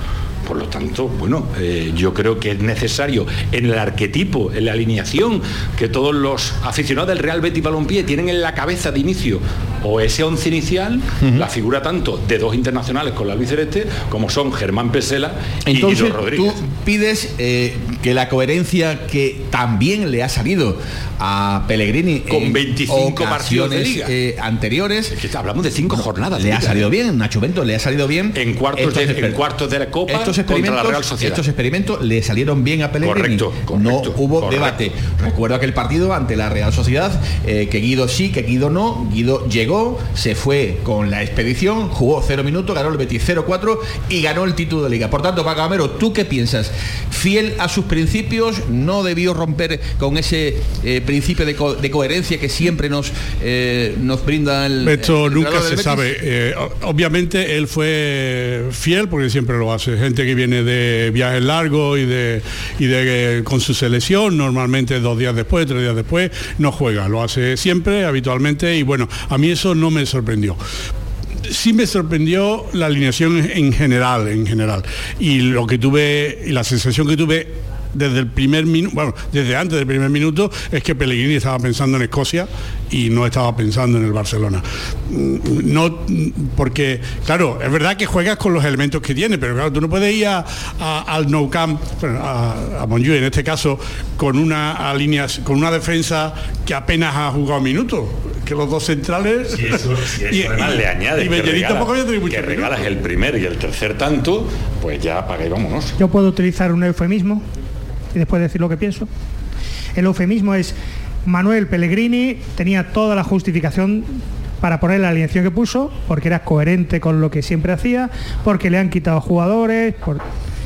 Por lo tanto, bueno, eh, yo creo que es necesario en el arquetipo, en la alineación que todos los aficionados del Real Betis Balompié tienen en la cabeza de inicio, o ese once inicial, uh-huh. la figura tanto de dos internacionales con la albiceleste como son Germán Pesela y Guido Rodríguez. Tú pides eh, que la coherencia que también le ha salido a Pellegrini con veinticinco partidos de liga eh, anteriores, es que hablamos de cinco jornadas le de ha liga, salido ¿eh? bien, Nacho Bento le ha salido bien en cuartos, de, en cuartos de la Copa estos experimentos, contra la Real Sociedad. Estos experimentos le salieron bien a Pellegrini. Correcto, correcto, no hubo correcto. debate. Recuerdo aquel partido ante la Real Sociedad, eh, que Guido sí, que Guido no. Guido llegó, se fue con la expedición, jugó cero minutos, ganó el Betis cero cuatro y ganó el título de liga. Por tanto, Paco Gamero, ¿tú qué piensas? ¿Fiel a sus principios? ¿No debió romper con ese eh, principio de, co de coherencia que siempre nos, eh, nos brinda el... Esto el nunca se sabe. Eh, obviamente él fue fiel, porque siempre lo hace. Gente que viene de viajes largos y de, y de con su selección, normalmente dos días después, tres días después, no juega. Lo hace siempre, habitualmente, y bueno, a mí eso no me sorprendió. Sí me sorprendió la alineación en general, en general. Y lo que tuve, y la sensación que tuve desde el primer minuto, bueno, desde antes del primer minuto, es que Pellegrini estaba pensando en Escocia y no estaba pensando en el Barcelona. No, porque, claro, es verdad que juegas con los elementos que tiene, pero claro, tú no puedes ir a, a, al Nou Camp, bueno, a, a Montjuïc en este caso, con una línea, con una defensa que apenas ha jugado minutos, que los dos centrales... Si eso, si eso y, además y, le añade y que, regala, que regalas el primer y el tercer tanto, pues ya apaga y vámonos. Yo puedo utilizar un eufemismo y después decir lo que pienso. El eufemismo es: Manuel Pellegrini tenía toda la justificación para poner la alineación que puso, porque era coherente con lo que siempre hacía, porque le han quitado jugadores, por...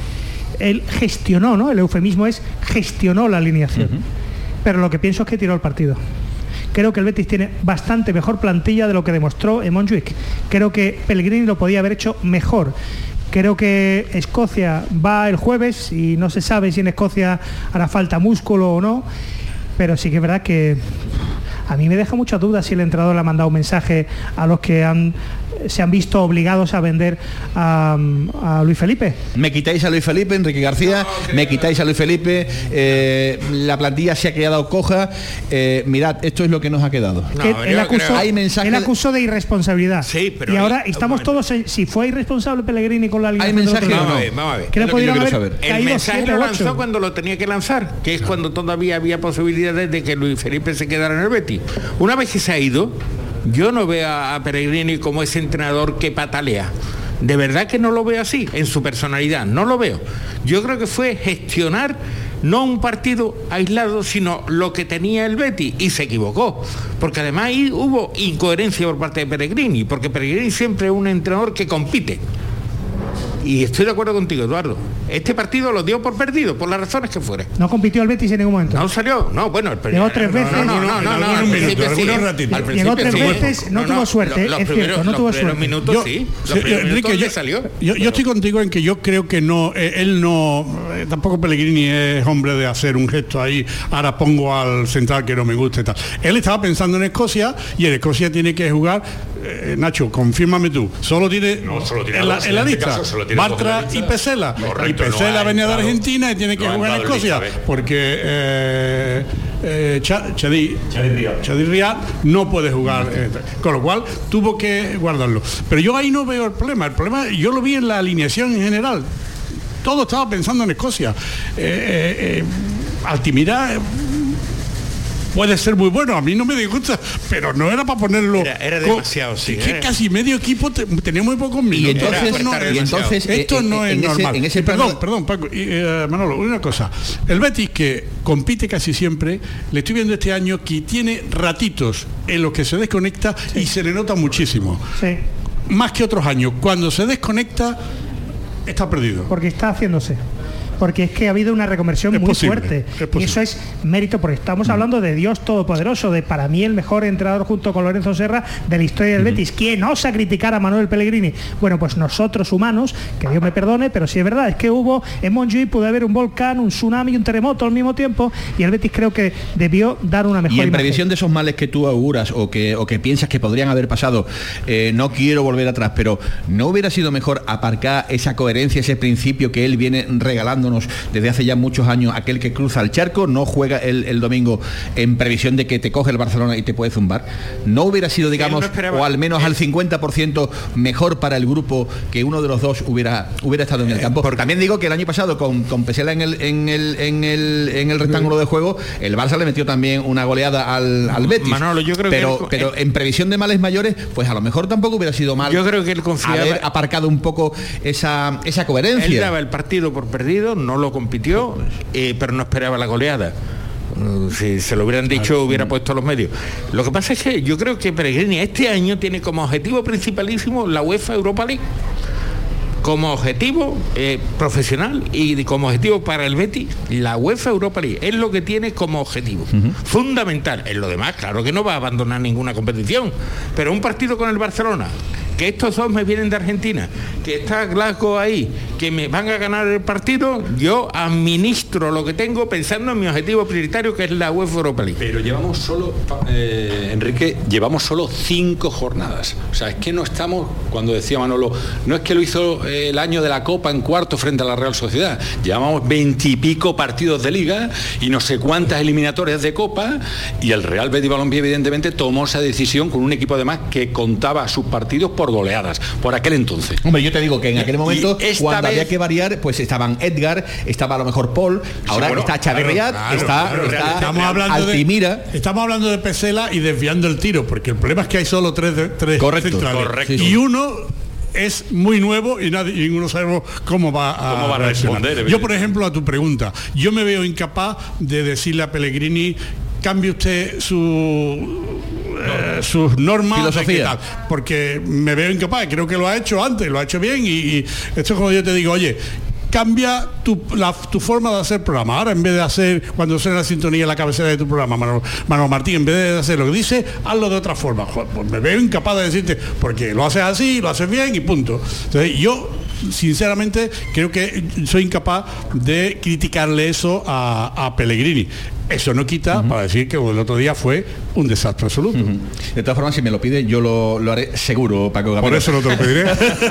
él gestionó, ¿no? El eufemismo es gestionó la alineación. Uh-huh. Pero lo que pienso es que tiró el partido. Creo que el Betis tiene bastante mejor plantilla de lo que demostró en Montjuïc. Creo que Pellegrini lo podía haber hecho mejor. Creo que Escocia va el jueves y no se sabe si en Escocia hará falta músculo o no, pero sí que es verdad que a mí me deja muchas dudas si el entrenador le ha mandado un mensaje a los que han se han visto obligados a vender a, a Luis Felipe. Me quitáis a Luis Felipe, Enrique García, no, okay. me quitáis a Luis Felipe, eh, la plantilla se ha quedado coja, eh, mirad, esto es lo que nos ha quedado. No, él, él, acusó, hay mensajes... él acusó de irresponsabilidad. Sí, pero y ahora estamos todos en, si fue irresponsable Pellegrini con la línea. Hay mensajes, vamos a ver, vamos a ver. ¿Qué le pudieron haber saber? El mensaje lo lanzó cuando lo tenía que lanzar, que es cuando todavía había posibilidades de que Luis Felipe se quedara en el Betis. Una vez que se ha ido, yo no veo a Pellegrini como ese entrenador que patalea. De verdad que no lo veo así, en su personalidad, no lo veo. Yo creo que fue gestionar no un partido aislado, sino lo que tenía el Betis, y se equivocó. Porque además ahí hubo incoherencia por parte de Pellegrini, porque Pellegrini siempre es un entrenador que compite. Y estoy de acuerdo contigo, Eduardo. Este partido lo dio por perdido, por las razones que fuera. No compitió el Betis en ningún momento. No salió, no, bueno, el llegó tres veces. No, no, no, no, no, al principio sí. Llegó tres veces, no tuvo suerte, es cierto, no tuvo suerte. Los minutos sí, los primeros minutos le salió. Yo estoy contigo en que yo creo que no, él no, tampoco Pellegrini es hombre de hacer un gesto ahí, ahora pongo al central que no me gusta y tal. Él estaba pensando en Escocia, y en Escocia tiene que jugar, eh, Nacho, confírmame tú, solo tiene, no, solo tiene en, la, en la lista Bartra y Pesela. Y Pesela no venía de Argentina y tiene que no jugar en Escocia, porque eh, eh, Chadi Riad no puede jugar, eh, con lo cual tuvo que guardarlo. Pero yo ahí no veo el problema. El problema yo lo vi en la alineación en general. Todo estaba pensando en Escocia. Eh, eh, eh, Altimira puede ser muy bueno, a mí no me disgusta, pero no era para ponerlo. Era, era demasiado, con, sí. Que eh. casi medio equipo te, tenía muy pocos minutos. Y entonces, esto no, y entonces esto no en, es en normal. Ese, en ese perdón, plano... perdón, Paco, y, eh, Manolo, una cosa. El Betis, que compite casi siempre, le estoy viendo este año que tiene ratitos en los que se desconecta, sí, y se le nota muchísimo. Sí. Más que otros años. Cuando se desconecta, está perdido. Porque está haciéndose. porque es que ha habido una reconversión Es muy posible, fuerte. es Y eso es mérito, porque estamos hablando de Dios Todopoderoso, de para mí el mejor entrenador junto con Lorenzo Serra de la historia del Betis. ¿Quién osa criticar a Manuel Pellegrini? Bueno, pues nosotros humanos, que Dios me perdone, pero sí es verdad, es que hubo en Montjuïc pudo haber un volcán, un tsunami y un terremoto al mismo tiempo, y el Betis creo que debió dar una mejor Y en imagen. previsión de esos males que tú auguras o que, o que piensas que podrían haber pasado, eh, no quiero volver atrás, pero ¿no hubiera sido mejor aparcar esa coherencia, ese principio que él viene regalándonos desde hace ya muchos años, aquel que cruza el charco, no juega el, el domingo en previsión de que te coge el Barcelona y te puede zumbar? ¿No hubiera sido, digamos, o al menos al cincuenta por ciento mejor para el grupo que uno de los dos hubiera hubiera estado en el campo? Porque también digo que el año pasado con, con Pesela en el, en, el, en, el, en el rectángulo de juego, el Barça le metió también una goleada al, al Betis. Manolo, yo creo pero, que el, pero en previsión de males mayores, pues a lo mejor tampoco hubiera sido mal. Yo creo que él confiaba, haber aparcado un poco esa, esa coherencia. Él daba el partido por perdido, no lo compitió, eh, pero no esperaba la goleada. Si se lo hubieran dicho, hubiera puesto los medios. Lo que pasa es que yo creo que Pellegrini este año tiene como objetivo principalísimo la UEFA Europa League, como objetivo eh, profesional, y como objetivo para el Betis la UEFA Europa League. Es lo que tiene como objetivo uh-huh. fundamental. En lo demás, claro que no va a abandonar ninguna competición, pero un partido con el Barcelona, que estos dos me vienen de Argentina, que está Glasgow ahí, que me van a ganar el partido, yo administro lo que tengo pensando en mi objetivo prioritario, que es la UEFA Europa League. Pero llevamos solo, eh, Enrique, llevamos solo cinco jornadas. O sea, es que no estamos, cuando decía Manolo, no es que lo hizo eh, el año de la Copa en cuarto frente a la Real Sociedad. Llevamos veintipico partidos de Liga y no sé cuántas eliminatorias de Copa, y el Real Betis Balompié evidentemente tomó esa decisión con un equipo además que contaba sus partidos por goleadas, por aquel entonces. Hombre, yo te digo que en aquel momento, cuando vez... había que variar, pues estaban Edgar, estaba a lo mejor Paul, ahora sí, bueno, está Chaverriat, claro, está, claro, está estamos hablando Altimira. De, estamos hablando de Pesela y desviando el tiro, porque el problema es que hay solo tres, tres correcto, centrales. Correcto. Y uno es muy nuevo y nadie, y ninguno sabemos cómo va a, ¿Cómo va a responder. Yo, por ejemplo, a tu pregunta, yo me veo incapaz de decirle a Pellegrini, cambie usted su Eh, sus normas, filosofía, tal, porque me veo incapaz. Creo que lo ha hecho antes, lo ha hecho bien, y, y esto es como yo te digo, oye, cambia tu, la, tu forma de hacer programa. Ahora, en vez de hacer, cuando suena la sintonía en la cabecera de tu programa, Manuel, Manuel Martín, en vez de hacer lo que dice, hazlo de otra forma. Joder, pues me veo incapaz de decirte, porque lo haces así, lo haces bien y punto. Entonces, yo sinceramente creo que soy incapaz de criticarle eso a, a Pellegrini. Eso no quita uh-huh. para decir que el otro día fue un desastre absoluto. Uh-huh. De todas formas, si me lo pide, yo lo, lo haré seguro, Paco Gamero. Por eso no te lo pediré.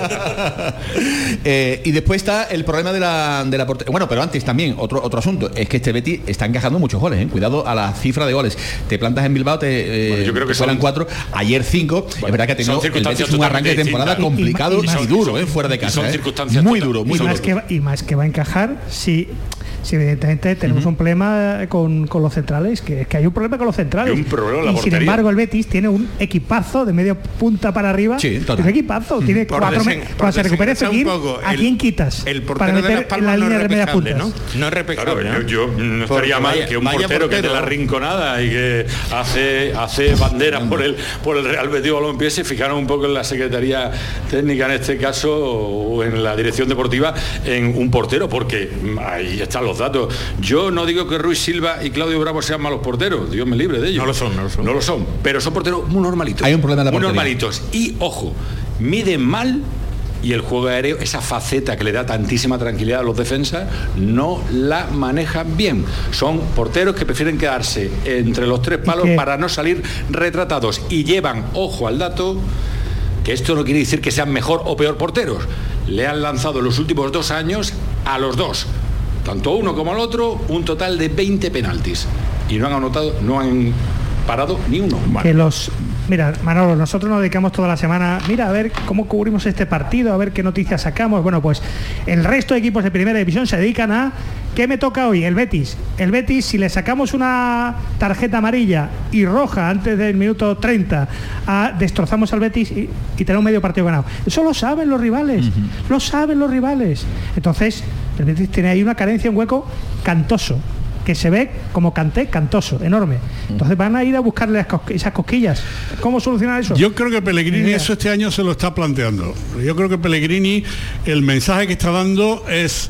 eh, y después está el problema de la, de la portería. Bueno, pero antes también, otro otro asunto, es que este Betis está encajando muchos goles, ¿eh? Cuidado a la cifra de goles. Te plantas en Bilbao, te eh, bueno, yo creo que fueran cuatro, ayer cinco. Bueno, es verdad que ha tenido el Betis un arranque de temporada complicado y, y, y, y duro, y, eh, fuera de casa. Son eh. circunstancias muy duro, muy y duro. Más que va, y más que va a encajar si... Sí, evidentemente tenemos uh-huh. un problema con, con los centrales, que es que hay un problema con los centrales. Y un problema en la y portería. Sin embargo, el Betis tiene un equipazo de medio punta para arriba. Sí, tiene un equipazo, uh-huh. tiene por cuatro desen, me- cuando se recupere Fekir, ¿a el, quién quitas? El para portero meter de Las en la no línea de media punta. ¿no? No es repescable. Claro, ¿no? yo, yo no estaría Porque mal vaya, que un portero, portero que es de la Rinconada y que hace hace banderas por el por el Real Betis Balompié se fijaron un poco en la Secretaría Técnica, en este caso, o en la Dirección Deportiva, en un portero, porque ahí están los datos. Yo no digo que Ruiz Silva y Claudio Bravo sean malos porteros, Dios me libre de ellos. No lo son, no lo son. No lo son, pero son porteros muy normalitos. Hay un problema en la muy portería. normalitos. Y, ojo, miden mal, y el juego aéreo, esa faceta que le da tantísima tranquilidad a los defensas, no la manejan bien. Son porteros que prefieren quedarse entre los tres palos para no salir retratados. Y llevan, ojo al dato, que esto no quiere decir que sean mejor o peor porteros. Le han lanzado en los últimos dos años a los dos, tanto uno como al otro, un total de veinte penaltis. Y no han anotado, no han parado ni uno. Que los... Mira, Manolo, nosotros nos dedicamos toda la semana, mira, a ver cómo cubrimos este partido, a ver qué noticias sacamos. Bueno, pues el resto de equipos de primera división se dedican a... ¿Qué me toca hoy? El Betis. El Betis, si le sacamos una tarjeta amarilla y roja antes del minuto treinta, a, destrozamos al Betis y, y tenemos medio partido ganado. Eso lo saben los rivales, uh-huh. lo saben los rivales. Entonces, el Betis tiene ahí una carencia, un hueco cantoso, que se ve como Kanté, cantoso, enorme. Entonces van a ir a buscarle esas cosquillas. ¿Cómo solucionar eso? Yo creo que Pellegrini eso este año se lo está planteando. Yo creo que Pellegrini, el mensaje que está dando es...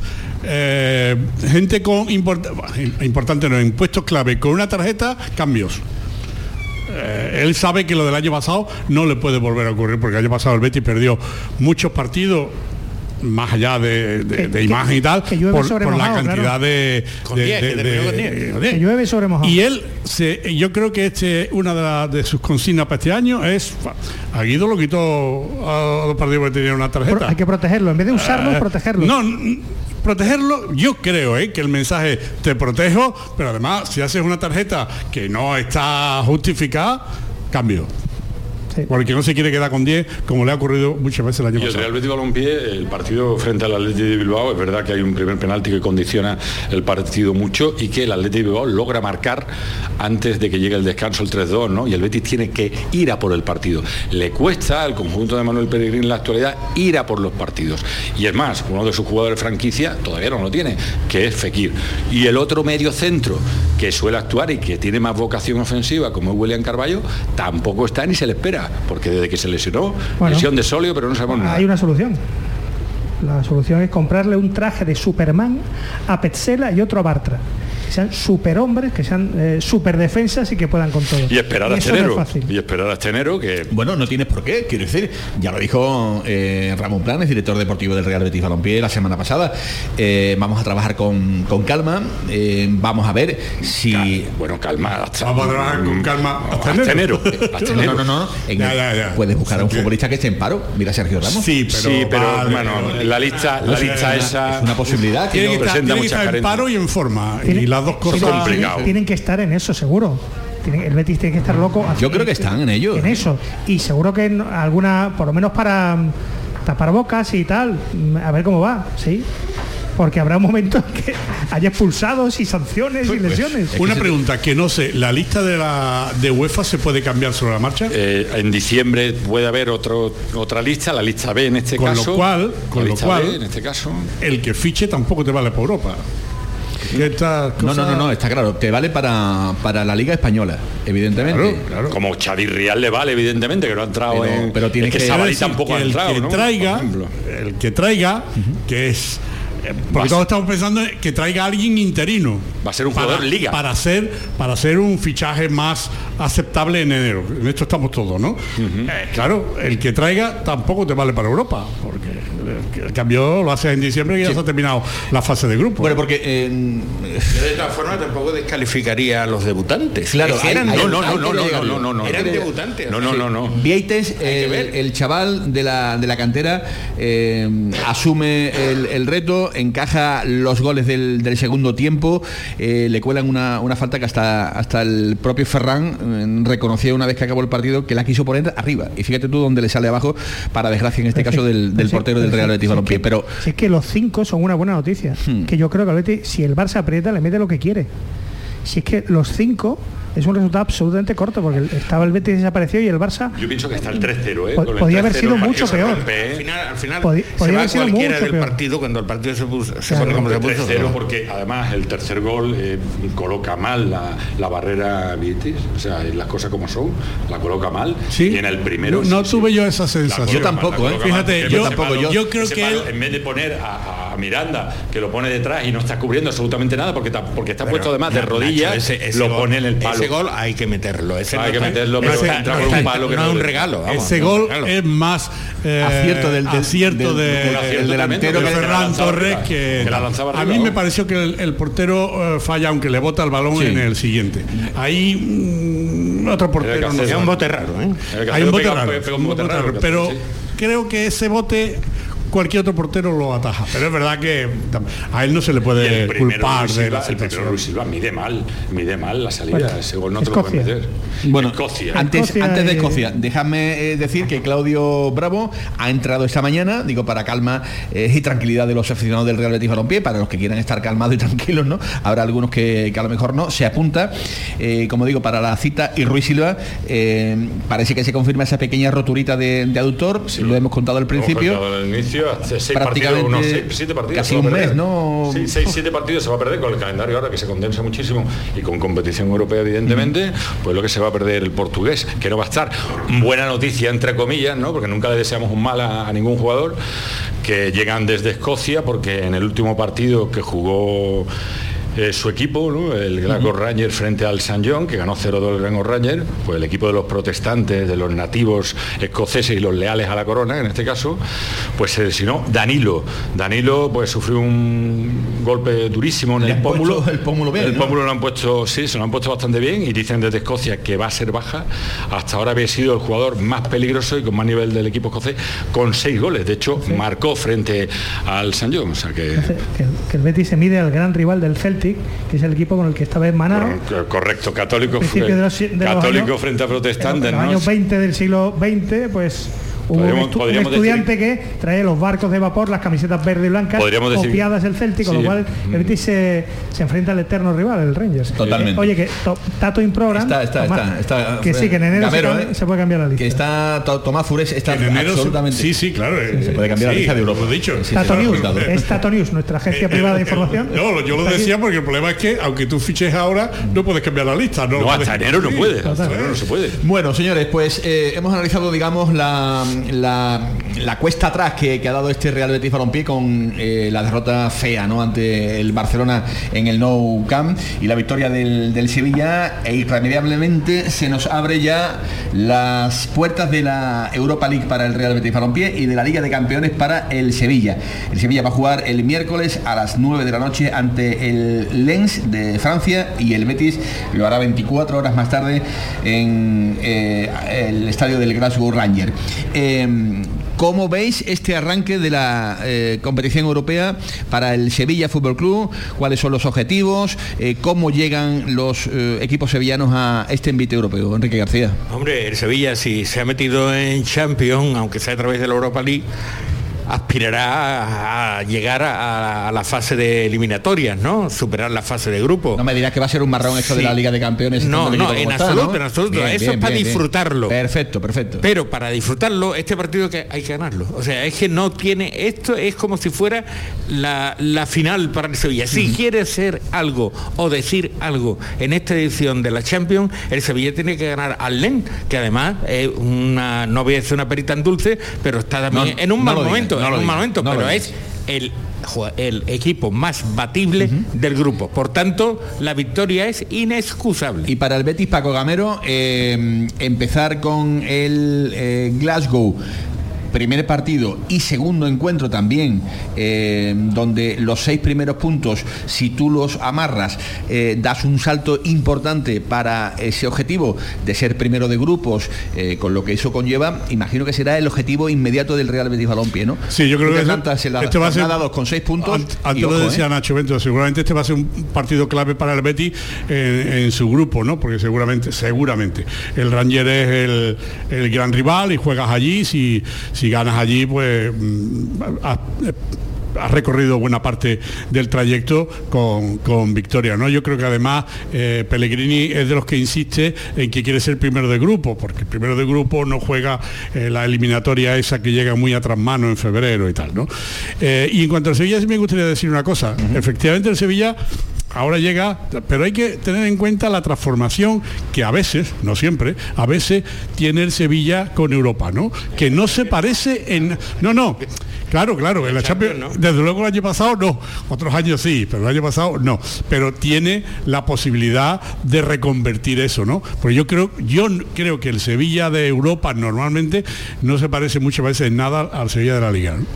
eh, gente con import importante no, impuestos clave, con una tarjeta, cambios. Eh, él sabe que lo del año pasado no le puede volver a ocurrir, porque el año pasado el Betis perdió muchos partidos más allá de, de, que, de imagen que, y tal, que por, sobre por mojado, la cantidad claro. de, Con de, diez, de, que de, con de, diez. Que llueve sobre mojado. Y él, se, yo creo que este una de, la, de sus consignas para este año es, a Guido lo quitó a los partidos que tenían una tarjeta. Pero hay que protegerlo, en vez de usarlo, Eh, protegerlo. No, protegerlo, yo creo ¿eh? que el mensaje te protejo, pero además si haces una tarjeta que no está justificada, cambio. Sí. Porque no se quiere quedar con diez, como le ha ocurrido muchas veces el año y el pasado. Real Betis Balompié, el partido frente al Athletic de Bilbao, es verdad que hay un primer penalti que condiciona el partido mucho y que el Athletic de Bilbao logra marcar antes de que llegue el descanso el tres dos, ¿no? Y el Betis tiene que ir a por el partido. Le cuesta al conjunto de Manuel Pellegrini en la actualidad ir a por los partidos. Y es más, uno de sus jugadores franquicia todavía no lo tiene, que es Fekir. Y el otro medio centro que suele actuar y que tiene más vocación ofensiva, como es William Carballo, tampoco está ni se le espera. Porque desde que se lesionó, bueno, lesión de sóleo, pero no sabemos nada. Hay una solución. La solución es comprarle un traje de Superman a Petzela y otro a Bartra. Que sean superhombres, que sean eh, superdefensas y que puedan con todo. Y esperar y a este enero. No y esperar a este enero que... Bueno, no tienes por qué, quiero decir, ya lo dijo eh, Ramón Planes, director deportivo del Real Betis Balompié la semana pasada. Eh, vamos a trabajar con, con calma, eh, vamos a ver si... Cal, bueno, calma. Hasta, vamos a trabajar con calma hasta, hasta enero. enero. Hasta enero. No, no, no. En ya, ya, ya. Puedes buscar a un futbolista que esté en paro. Mira Sergio Ramos. Sí, pero, sí, pero vale, bueno, vale. la lista, la lista es esa... Es una posibilidad que, tiene que presenta estar, muchas tiene que estar en paro y en forma. Tiene, y las dos cosas... Tienen, tienen que estar en eso, seguro. Tienen, el Betis tiene que estar loco. Yo creo que están en ello. En eso. Y seguro que en alguna, por lo menos para tapar bocas y tal, a ver cómo va, ¿sí? Porque habrá un momento que haya expulsados y sanciones y lesiones. Una pregunta que no sé, ¿la lista de la de UEFA se puede cambiar sobre la marcha? Eh, en diciembre puede haber otro, otra lista, la lista B en este con caso. Lo cual, con la lo lista cual, B en este caso. El que fiche tampoco te vale para Europa. No, no, no, no, está claro, te vale para, para la Liga Española, evidentemente. Claro, claro. Como Xavi Rial le vale, evidentemente, que no ha entrado pero, en... Pero tiene es que, que Sabali tampoco ha el entrado, que ¿no? traiga, el que traiga, uh-huh. que es... Porque todos estamos pensando en que traiga a alguien interino. Va a ser un para, jugador liga. Para hacer, para hacer un fichaje más aceptable en enero. En esto estamos todos, ¿no? Uh-huh. Eh, claro, el que traiga tampoco te vale para Europa. Porque el, el cambio lo haces en diciembre y ya sí. se ha terminado la fase de grupo. Bueno, porque... Eh, de todas formas tampoco descalificaría a los debutantes. Claro, hay, eran, hay, no, no, no, no, no, no, no, no, eran debutantes. No, no, no, no. Vieites, el, el chaval de la, de la cantera, eh, asume el, el reto, encaja los goles del, del segundo tiempo, eh, le cuelan una, una falta que hasta, hasta el propio Ferran eh, reconoció una vez que acabó el partido que la quiso poner arriba. Y fíjate tú dónde le sale abajo, para desgracia en este caso del, del portero del Real Betis Balompié. Pero si es que los cinco son una buena noticia. Hmm. Que yo creo que el Betis, si el Barça aprieta, le mete lo que quiere. Si es que los cinco es un resultado absolutamente corto, porque estaba el Betis desapareció y el Barça... Yo pienso que está el tres cero, ¿eh? Pod podía haber sido mucho peor. Rompe, ¿eh? Al final, al final Pod se va haber sido cualquiera mucho del peor. partido cuando el partido se puso, se claro, pone como se puso. tres cero porque además el tercer gol eh, coloca mal la, la barrera Vieites, o sea, las cosas como son, la coloca mal. ¿Sí? Y en el primero... No, no sí, tuve sí, yo esa sensación. Yo tampoco, mal, ¿eh? Fíjate, mal, yo, tampoco, yo, yo creo que palo, él... en vez de poner a, a Miranda, que lo pone detrás y no está cubriendo absolutamente nada, porque, porque está Pero, puesto además de rodillas, Nacho, ese, ese lo gol, pone en el palo. Ese gol hay que meterlo. Ese hay no que meterlo, pero ese, entra no, por un palo que no no es un regalo. Vamos, ese no, gol regalo. es más eh, acierto del, del acierto del, de, del, acierto del delantero de que Ferran Torres, que, que la lanzaba a arriba, mí me ¿no? pareció que el, el portero eh, falla aunque le bota el balón sí. en el siguiente. Ahí mm, otro portero no es un bote raro, ¿eh? Hay un bote raro, un bote raro, pero creo que ese bote cualquier otro portero lo ataja, pero es verdad que a él no se le puede culpar Silva, de la el situación. Luis Silva mide mal, mide mal la salida, bueno, ese gol no te Escocia. lo puede meter. Bueno, Escocia. antes, Escocia antes de y... Escocia, déjame eh, decir que Claudio Bravo ha entrado esta mañana, digo, para calma eh, y tranquilidad de los aficionados del Real Betis Balompié, para los que quieran estar calmados y tranquilos, ¿no? Habrá algunos que, que a lo mejor no, se apunta, eh, como digo, para la cita, y Ruiz Silva, eh, parece que se confirma esa pequeña roturita de, de aductor, sí. Lo hemos contado al principio. Hemos contado al inicio, hace seis prácticamente partidos, unos seis, siete partidos. Casi un mes, ¿no? Sí, seis, siete partidos se va a perder con el calendario ahora que se condensa muchísimo y con competición europea, evidentemente, mm. pues lo que se va a perder el portugués, que no va a estar. Buena noticia, entre comillas, ¿no? Porque nunca le deseamos un mal a, a ningún jugador, que llegan desde Escocia porque en el último partido que jugó Eh, su equipo, ¿no? El Glasgow uh-huh. Rangers frente al Saint John, que ganó cero dos el Glasgow Rangers, pues el equipo de los protestantes, de los nativos escoceses y los leales a la corona, en este caso, pues se designó Danilo. Danilo pues sufrió un golpe durísimo en el pómulo. El pómulo bien, El ¿no? pómulo lo han puesto, sí, se lo han puesto bastante bien y dicen desde Escocia que va a ser baja. Hasta ahora había sido el jugador más peligroso y con más nivel del equipo escocés, con seis goles. De hecho, sí. marcó frente al Saint John. O sea que... que, que el Betis se mide al gran rival del Celtic, que es el equipo con el que estaba hermanado. Correcto, católico, de los, de católico años, frente a protestantes. En los ¿no? años veinte del siglo veinte, pues hubo un, estu un estudiante decir... que traía los barcos de vapor, las camisetas verde y blancas, copiadas del Celtic, sí. con lo cual el Betis se, se enfrenta al eterno rival, el Rangers. Totalmente. Eh, oye, que to, Tato Improgram, está, está, Tomás, está, está, que sí, que en enero Gamero, se, eh, se puede cambiar la lista. Que está to, Tomás Fures está en enero absolutamente. Sí, sí, claro. Sí, se puede cambiar sí, la lista de Europa. Lo he dicho. Sí, Tato sí, News, sí, es Tato News, nuestra agencia eh, privada eh, de información. No, yo lo decía porque el problema es que aunque tú fiches ahora, no puedes cambiar la lista. No, no hasta enero no puede. Hasta enero no se puede. Bueno, señores, pues eh, hemos analizado, digamos, la, la, la cuesta atrás que, que ha dado este Real Betis Balompié con eh, la derrota fea, ¿no?, ante el Barcelona en el Nou Camp y la victoria del, del Sevilla, e irremediablemente se nos abre ya las puertas de la Europa League para el Real Betis Balompié y de la Liga de Campeones para el Sevilla. El Sevilla va a jugar el miércoles a las nueve de la noche ante el Lens de Francia y el Betis lo hará veinticuatro horas más tarde en eh, el estadio del Glasgow Rangers. Eh, ¿Cómo veis este arranque de la eh, competición europea para el Sevilla Fútbol Club? ¿Cuáles son los objetivos? Eh, ¿Cómo llegan los eh, equipos sevillanos a este envite europeo? Enrique García. Hombre, el Sevilla, si se ha metido en Champions, aunque sea a través de la Europa League, aspirará a llegar a, a la fase de eliminatorias, ¿no? Superar la fase de grupo. No me dirás que va a ser un marrón esto sí. de la Liga de Campeones. No, no, en está, absoluto, ¿no? en absoluto. Bien, Eso bien, es para bien, disfrutarlo. Bien. Perfecto, perfecto. Pero para disfrutarlo, este partido que hay que ganarlo. O sea, es que no tiene... Esto es como si fuera la, la final para el Sevilla. Si uh-huh. quiere ser algo o decir algo en esta edición de la Champions, el Sevilla tiene que ganar al Lens, que además es una... No voy a decir una perita en dulce, pero está también no, en un mal no momento. No en un digas, momento, no pero es el, el equipo más batible uh-huh. del grupo. Por tanto, la victoria es inexcusable. Y para el Betis, Paco Gamero, eh, empezar con el eh, Glasgow, primer partido y segundo encuentro también, eh, donde los seis primeros puntos, si tú los amarras, eh, das un salto importante para ese objetivo de ser primero de grupos, eh, con lo que eso conlleva. Imagino que será el objetivo inmediato del Real Betis Balompié, ¿no? Sí, yo creo que Atlanta se la, este va a ser dados con seis puntos. Antes, antes lo decía eh. Nacho Bento, seguramente este va a ser un partido clave para el Betis en, en su grupo, ¿no? Porque seguramente, seguramente el Ranger es el, el gran rival y juegas allí. Si, si ganas allí, pues has, has recorrido buena parte del trayecto con, con victoria, ¿no? Yo creo que además eh, Pellegrini es de los que insiste en que quiere ser primero de grupo, porque el primero de grupo no juega eh, la eliminatoria esa que llega muy a trasmano en febrero y tal, ¿no? Eh, y en cuanto al Sevilla, sí me gustaría decir una cosa. Uh-huh. Efectivamente, el Sevilla ahora llega, pero hay que tener en cuenta la transformación que a veces, no siempre, a veces tiene el Sevilla con Europa, ¿no? Que no se parece en... No, no, claro, claro, en la Champions, ¿no? Desde luego el año pasado no, otros años sí, pero el año pasado no, pero tiene la posibilidad de reconvertir eso, ¿no? Porque yo creo, yo creo que el Sevilla de Europa normalmente no se parece muchas veces en nada al Sevilla de la Liga, ¿no?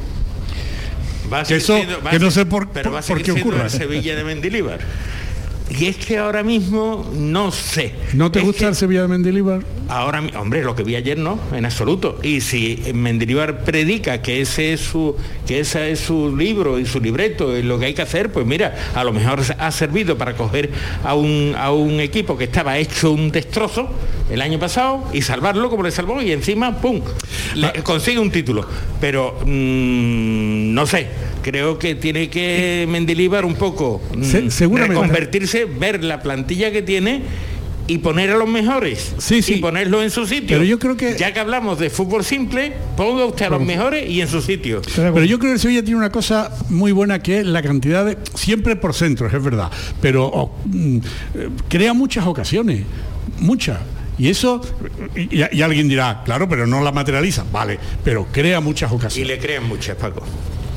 Que eso, siendo, que no sé por, pero por, por qué ocurre. El Sevilla de Mendilibar. Y es que ahora mismo no sé. ¿No te es gusta el Sevilla de Mendilibar? Ahora, hombre, lo que vi ayer no, en absoluto. Y si Mendilibar predica que ese es su, que ese es su libro y su libreto y lo que hay que hacer, pues mira, a lo mejor ha servido para coger a un, a un equipo que estaba hecho un destrozo el año pasado y salvarlo como le salvó y encima, ¡pum!, le ah. consigue un título. Pero mmm, no sé, creo que tiene que Mendilibar un poco mmm, Se, reconvertirse, ver la plantilla que tiene y poner a los mejores, sí, sí. y ponerlos en su sitio. Pero yo creo que... Ya que hablamos de fútbol simple, ponga usted a los mejores y en su sitio. Pero yo creo que el Sevilla tiene una cosa muy buena, que es la cantidad de... Siempre por centros, es verdad, pero oh, mm, crea muchas ocasiones, muchas. Y eso, y, y alguien dirá, claro, pero no la materializa, vale, pero crea muchas ocasiones. Y le crean muchas, Paco.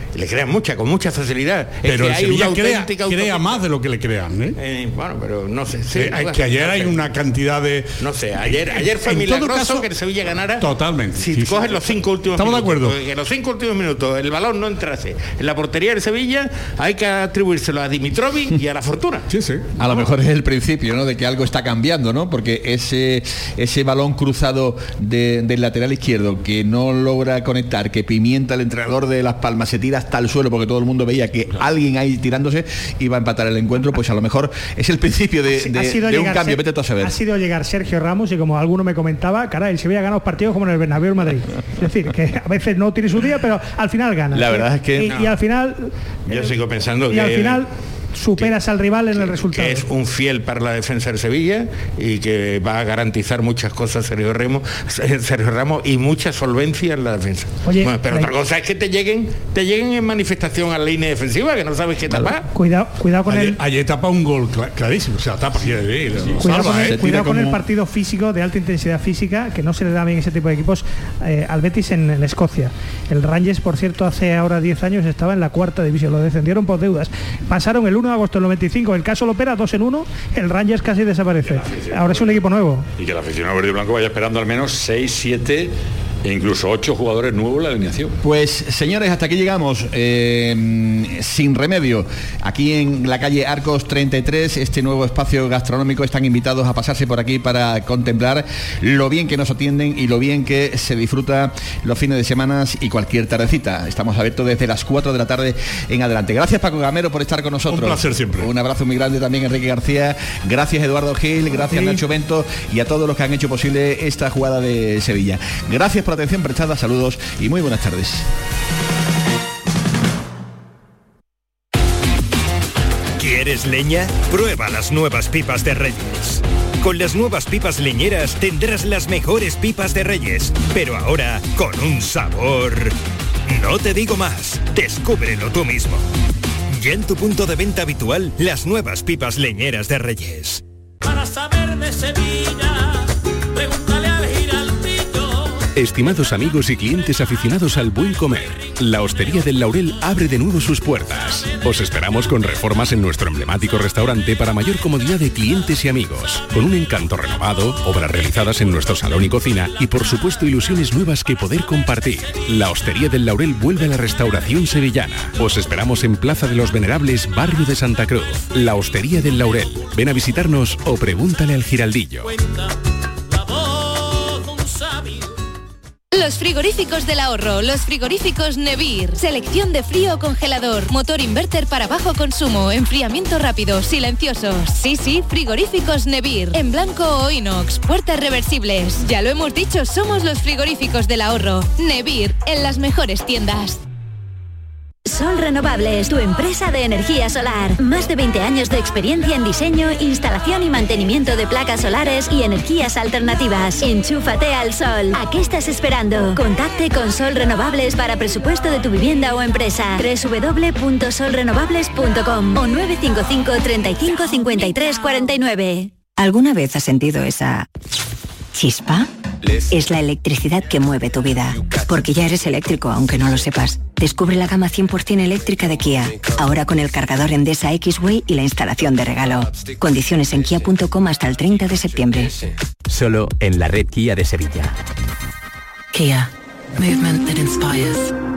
le crean mucha, con mucha facilidad. Pero es el que hay Sevilla una crea, auténtica crea utopía. más de lo que le crean, ¿eh? Eh, bueno, pero no sé. Sí, Eh, bueno, que ayer no hay sé. una cantidad de... No sé, ayer, ayer fue En todo milagroso caso, que el Sevilla ganara. Totalmente. Si sí, coges sí. los cinco últimos Estamos de minutos, acuerdo. que los cinco últimos minutos el balón no entrase en la portería del Sevilla, hay que atribuírselo a Dimitrovic y a la fortuna. Sí, sí. A lo mejor es el principio, ¿no? De que algo está cambiando, ¿no? Porque ese ese balón cruzado de- del lateral izquierdo que no logra conectar, que Pimienta, el entrenador de Las Palmas, se tira hasta el suelo porque todo el mundo veía que alguien ahí tirándose iba a empatar el encuentro, pues a lo mejor es el principio de, de- Ha sido de un llegar cambio, Ser- vete tú a saber. Ha sido llegar Sergio Ramos y como alguno me comentaba, caray, el Sevilla gana los partidos como en el Bernabéu en Madrid. Es decir, que a veces no tiene su día, pero al final gana. La verdad es que- Y, No. y al final... Yo sigo pensando Y que... al final superas al rival en el resultado. que es un fiel para la defensa del Sevilla y que va a garantizar muchas cosas Sergio Ramos, Sergio Ramos y mucha solvencia en la defensa. Oye, Bueno, pero hay- otra cosa es que te lleguen, te lleguen en manifestación a la línea defensiva que no sabes qué tapar. Cuidado, cuidado con Ayer, el... ayer tapa un gol cla- clarísimo, o sea, tapa, quiere decir, lo Cuidado, salva, con, el, ¿eh? cuidado con Tira el como- partido físico de alta intensidad física que no se le da bien ese tipo de equipos eh, al Betis en, en Escocia. El Rangers, por cierto, hace ahora diez años estaba en la cuarta división, lo descendieron por deudas. Pasaron el uno de agosto del noventa y cinco, el caso Lopera dos en uno, el Rangers casi desaparece. Ahora es un equipo nuevo. Y que el aficionado verde y blanco vaya esperando al menos seis, siete e incluso ocho jugadores nuevos en la alineación. Pues señores, hasta aquí llegamos, eh, sin remedio, aquí en la calle Arcos treinta y tres, este nuevo espacio gastronómico. Están invitados a pasarse por aquí para contemplar lo bien que nos atienden y lo bien que se disfruta los fines de semana y cualquier tardecita. Estamos abiertos desde las cuatro de la tarde en adelante. Gracias, Paco Gamero, por estar con nosotros. Un placer siempre. Un abrazo muy grande también, Enrique García. Gracias, Eduardo Gil. Gracias, Sí. Nacho Bento, y a todos los que han hecho posible esta jugada de Sevilla. Gracias por la atención prestada, saludos y muy buenas tardes. ¿Quieres leña? Prueba las nuevas pipas de Reyes. Con las nuevas pipas leñeras tendrás las mejores pipas de Reyes, pero ahora con un sabor. No te digo más, descúbrelo tú mismo. Ya en tu punto de venta habitual, las nuevas pipas leñeras de Reyes. Para saber de Sevilla, pregúntale al Giraldillo. Estimados amigos y clientes aficionados al buen comer, la Hostería del Laurel abre de nuevo sus puertas. Os esperamos con reformas en nuestro emblemático restaurante para mayor comodidad de clientes y amigos, con un encanto renovado, obras realizadas en nuestro salón y cocina y por supuesto ilusiones nuevas que poder compartir. La Hostería del Laurel vuelve a la restauración sevillana. Os esperamos en Plaza de los Venerables, barrio de Santa Cruz. La Hostería del Laurel. Ven a visitarnos o pregúntale al Giraldillo. Los frigoríficos del ahorro, los frigoríficos Nevir. Selección de frío o congelador, motor inverter para bajo consumo, enfriamiento rápido, silenciosos. Sí, sí, frigoríficos Nevir. En blanco o inox, puertas reversibles. Ya lo hemos dicho, somos los frigoríficos del ahorro. Nevir, en las mejores tiendas. Sol Renovables, tu empresa de energía solar. Más de veinte años de experiencia en diseño, instalación y mantenimiento de placas solares y energías alternativas. Enchúfate al sol. ¿A qué estás esperando? Contacte con Sol Renovables para presupuesto de tu vivienda o empresa. doble u doble u doble u punto sol renovables punto com o nueve cinco cinco, treinta y cinco, cincuenta y tres, cuarenta y nueve. ¿Alguna vez has sentido esa chispa? Es la electricidad que mueve tu vida. Porque ya eres eléctrico, aunque no lo sepas. Descubre la gama cien por ciento eléctrica de Kia. Ahora con el cargador Endesa X-Way y la instalación de regalo. Condiciones en kia punto com hasta el treinta de septiembre. Solo en la red Kia de Sevilla. Kia. Movement that inspires.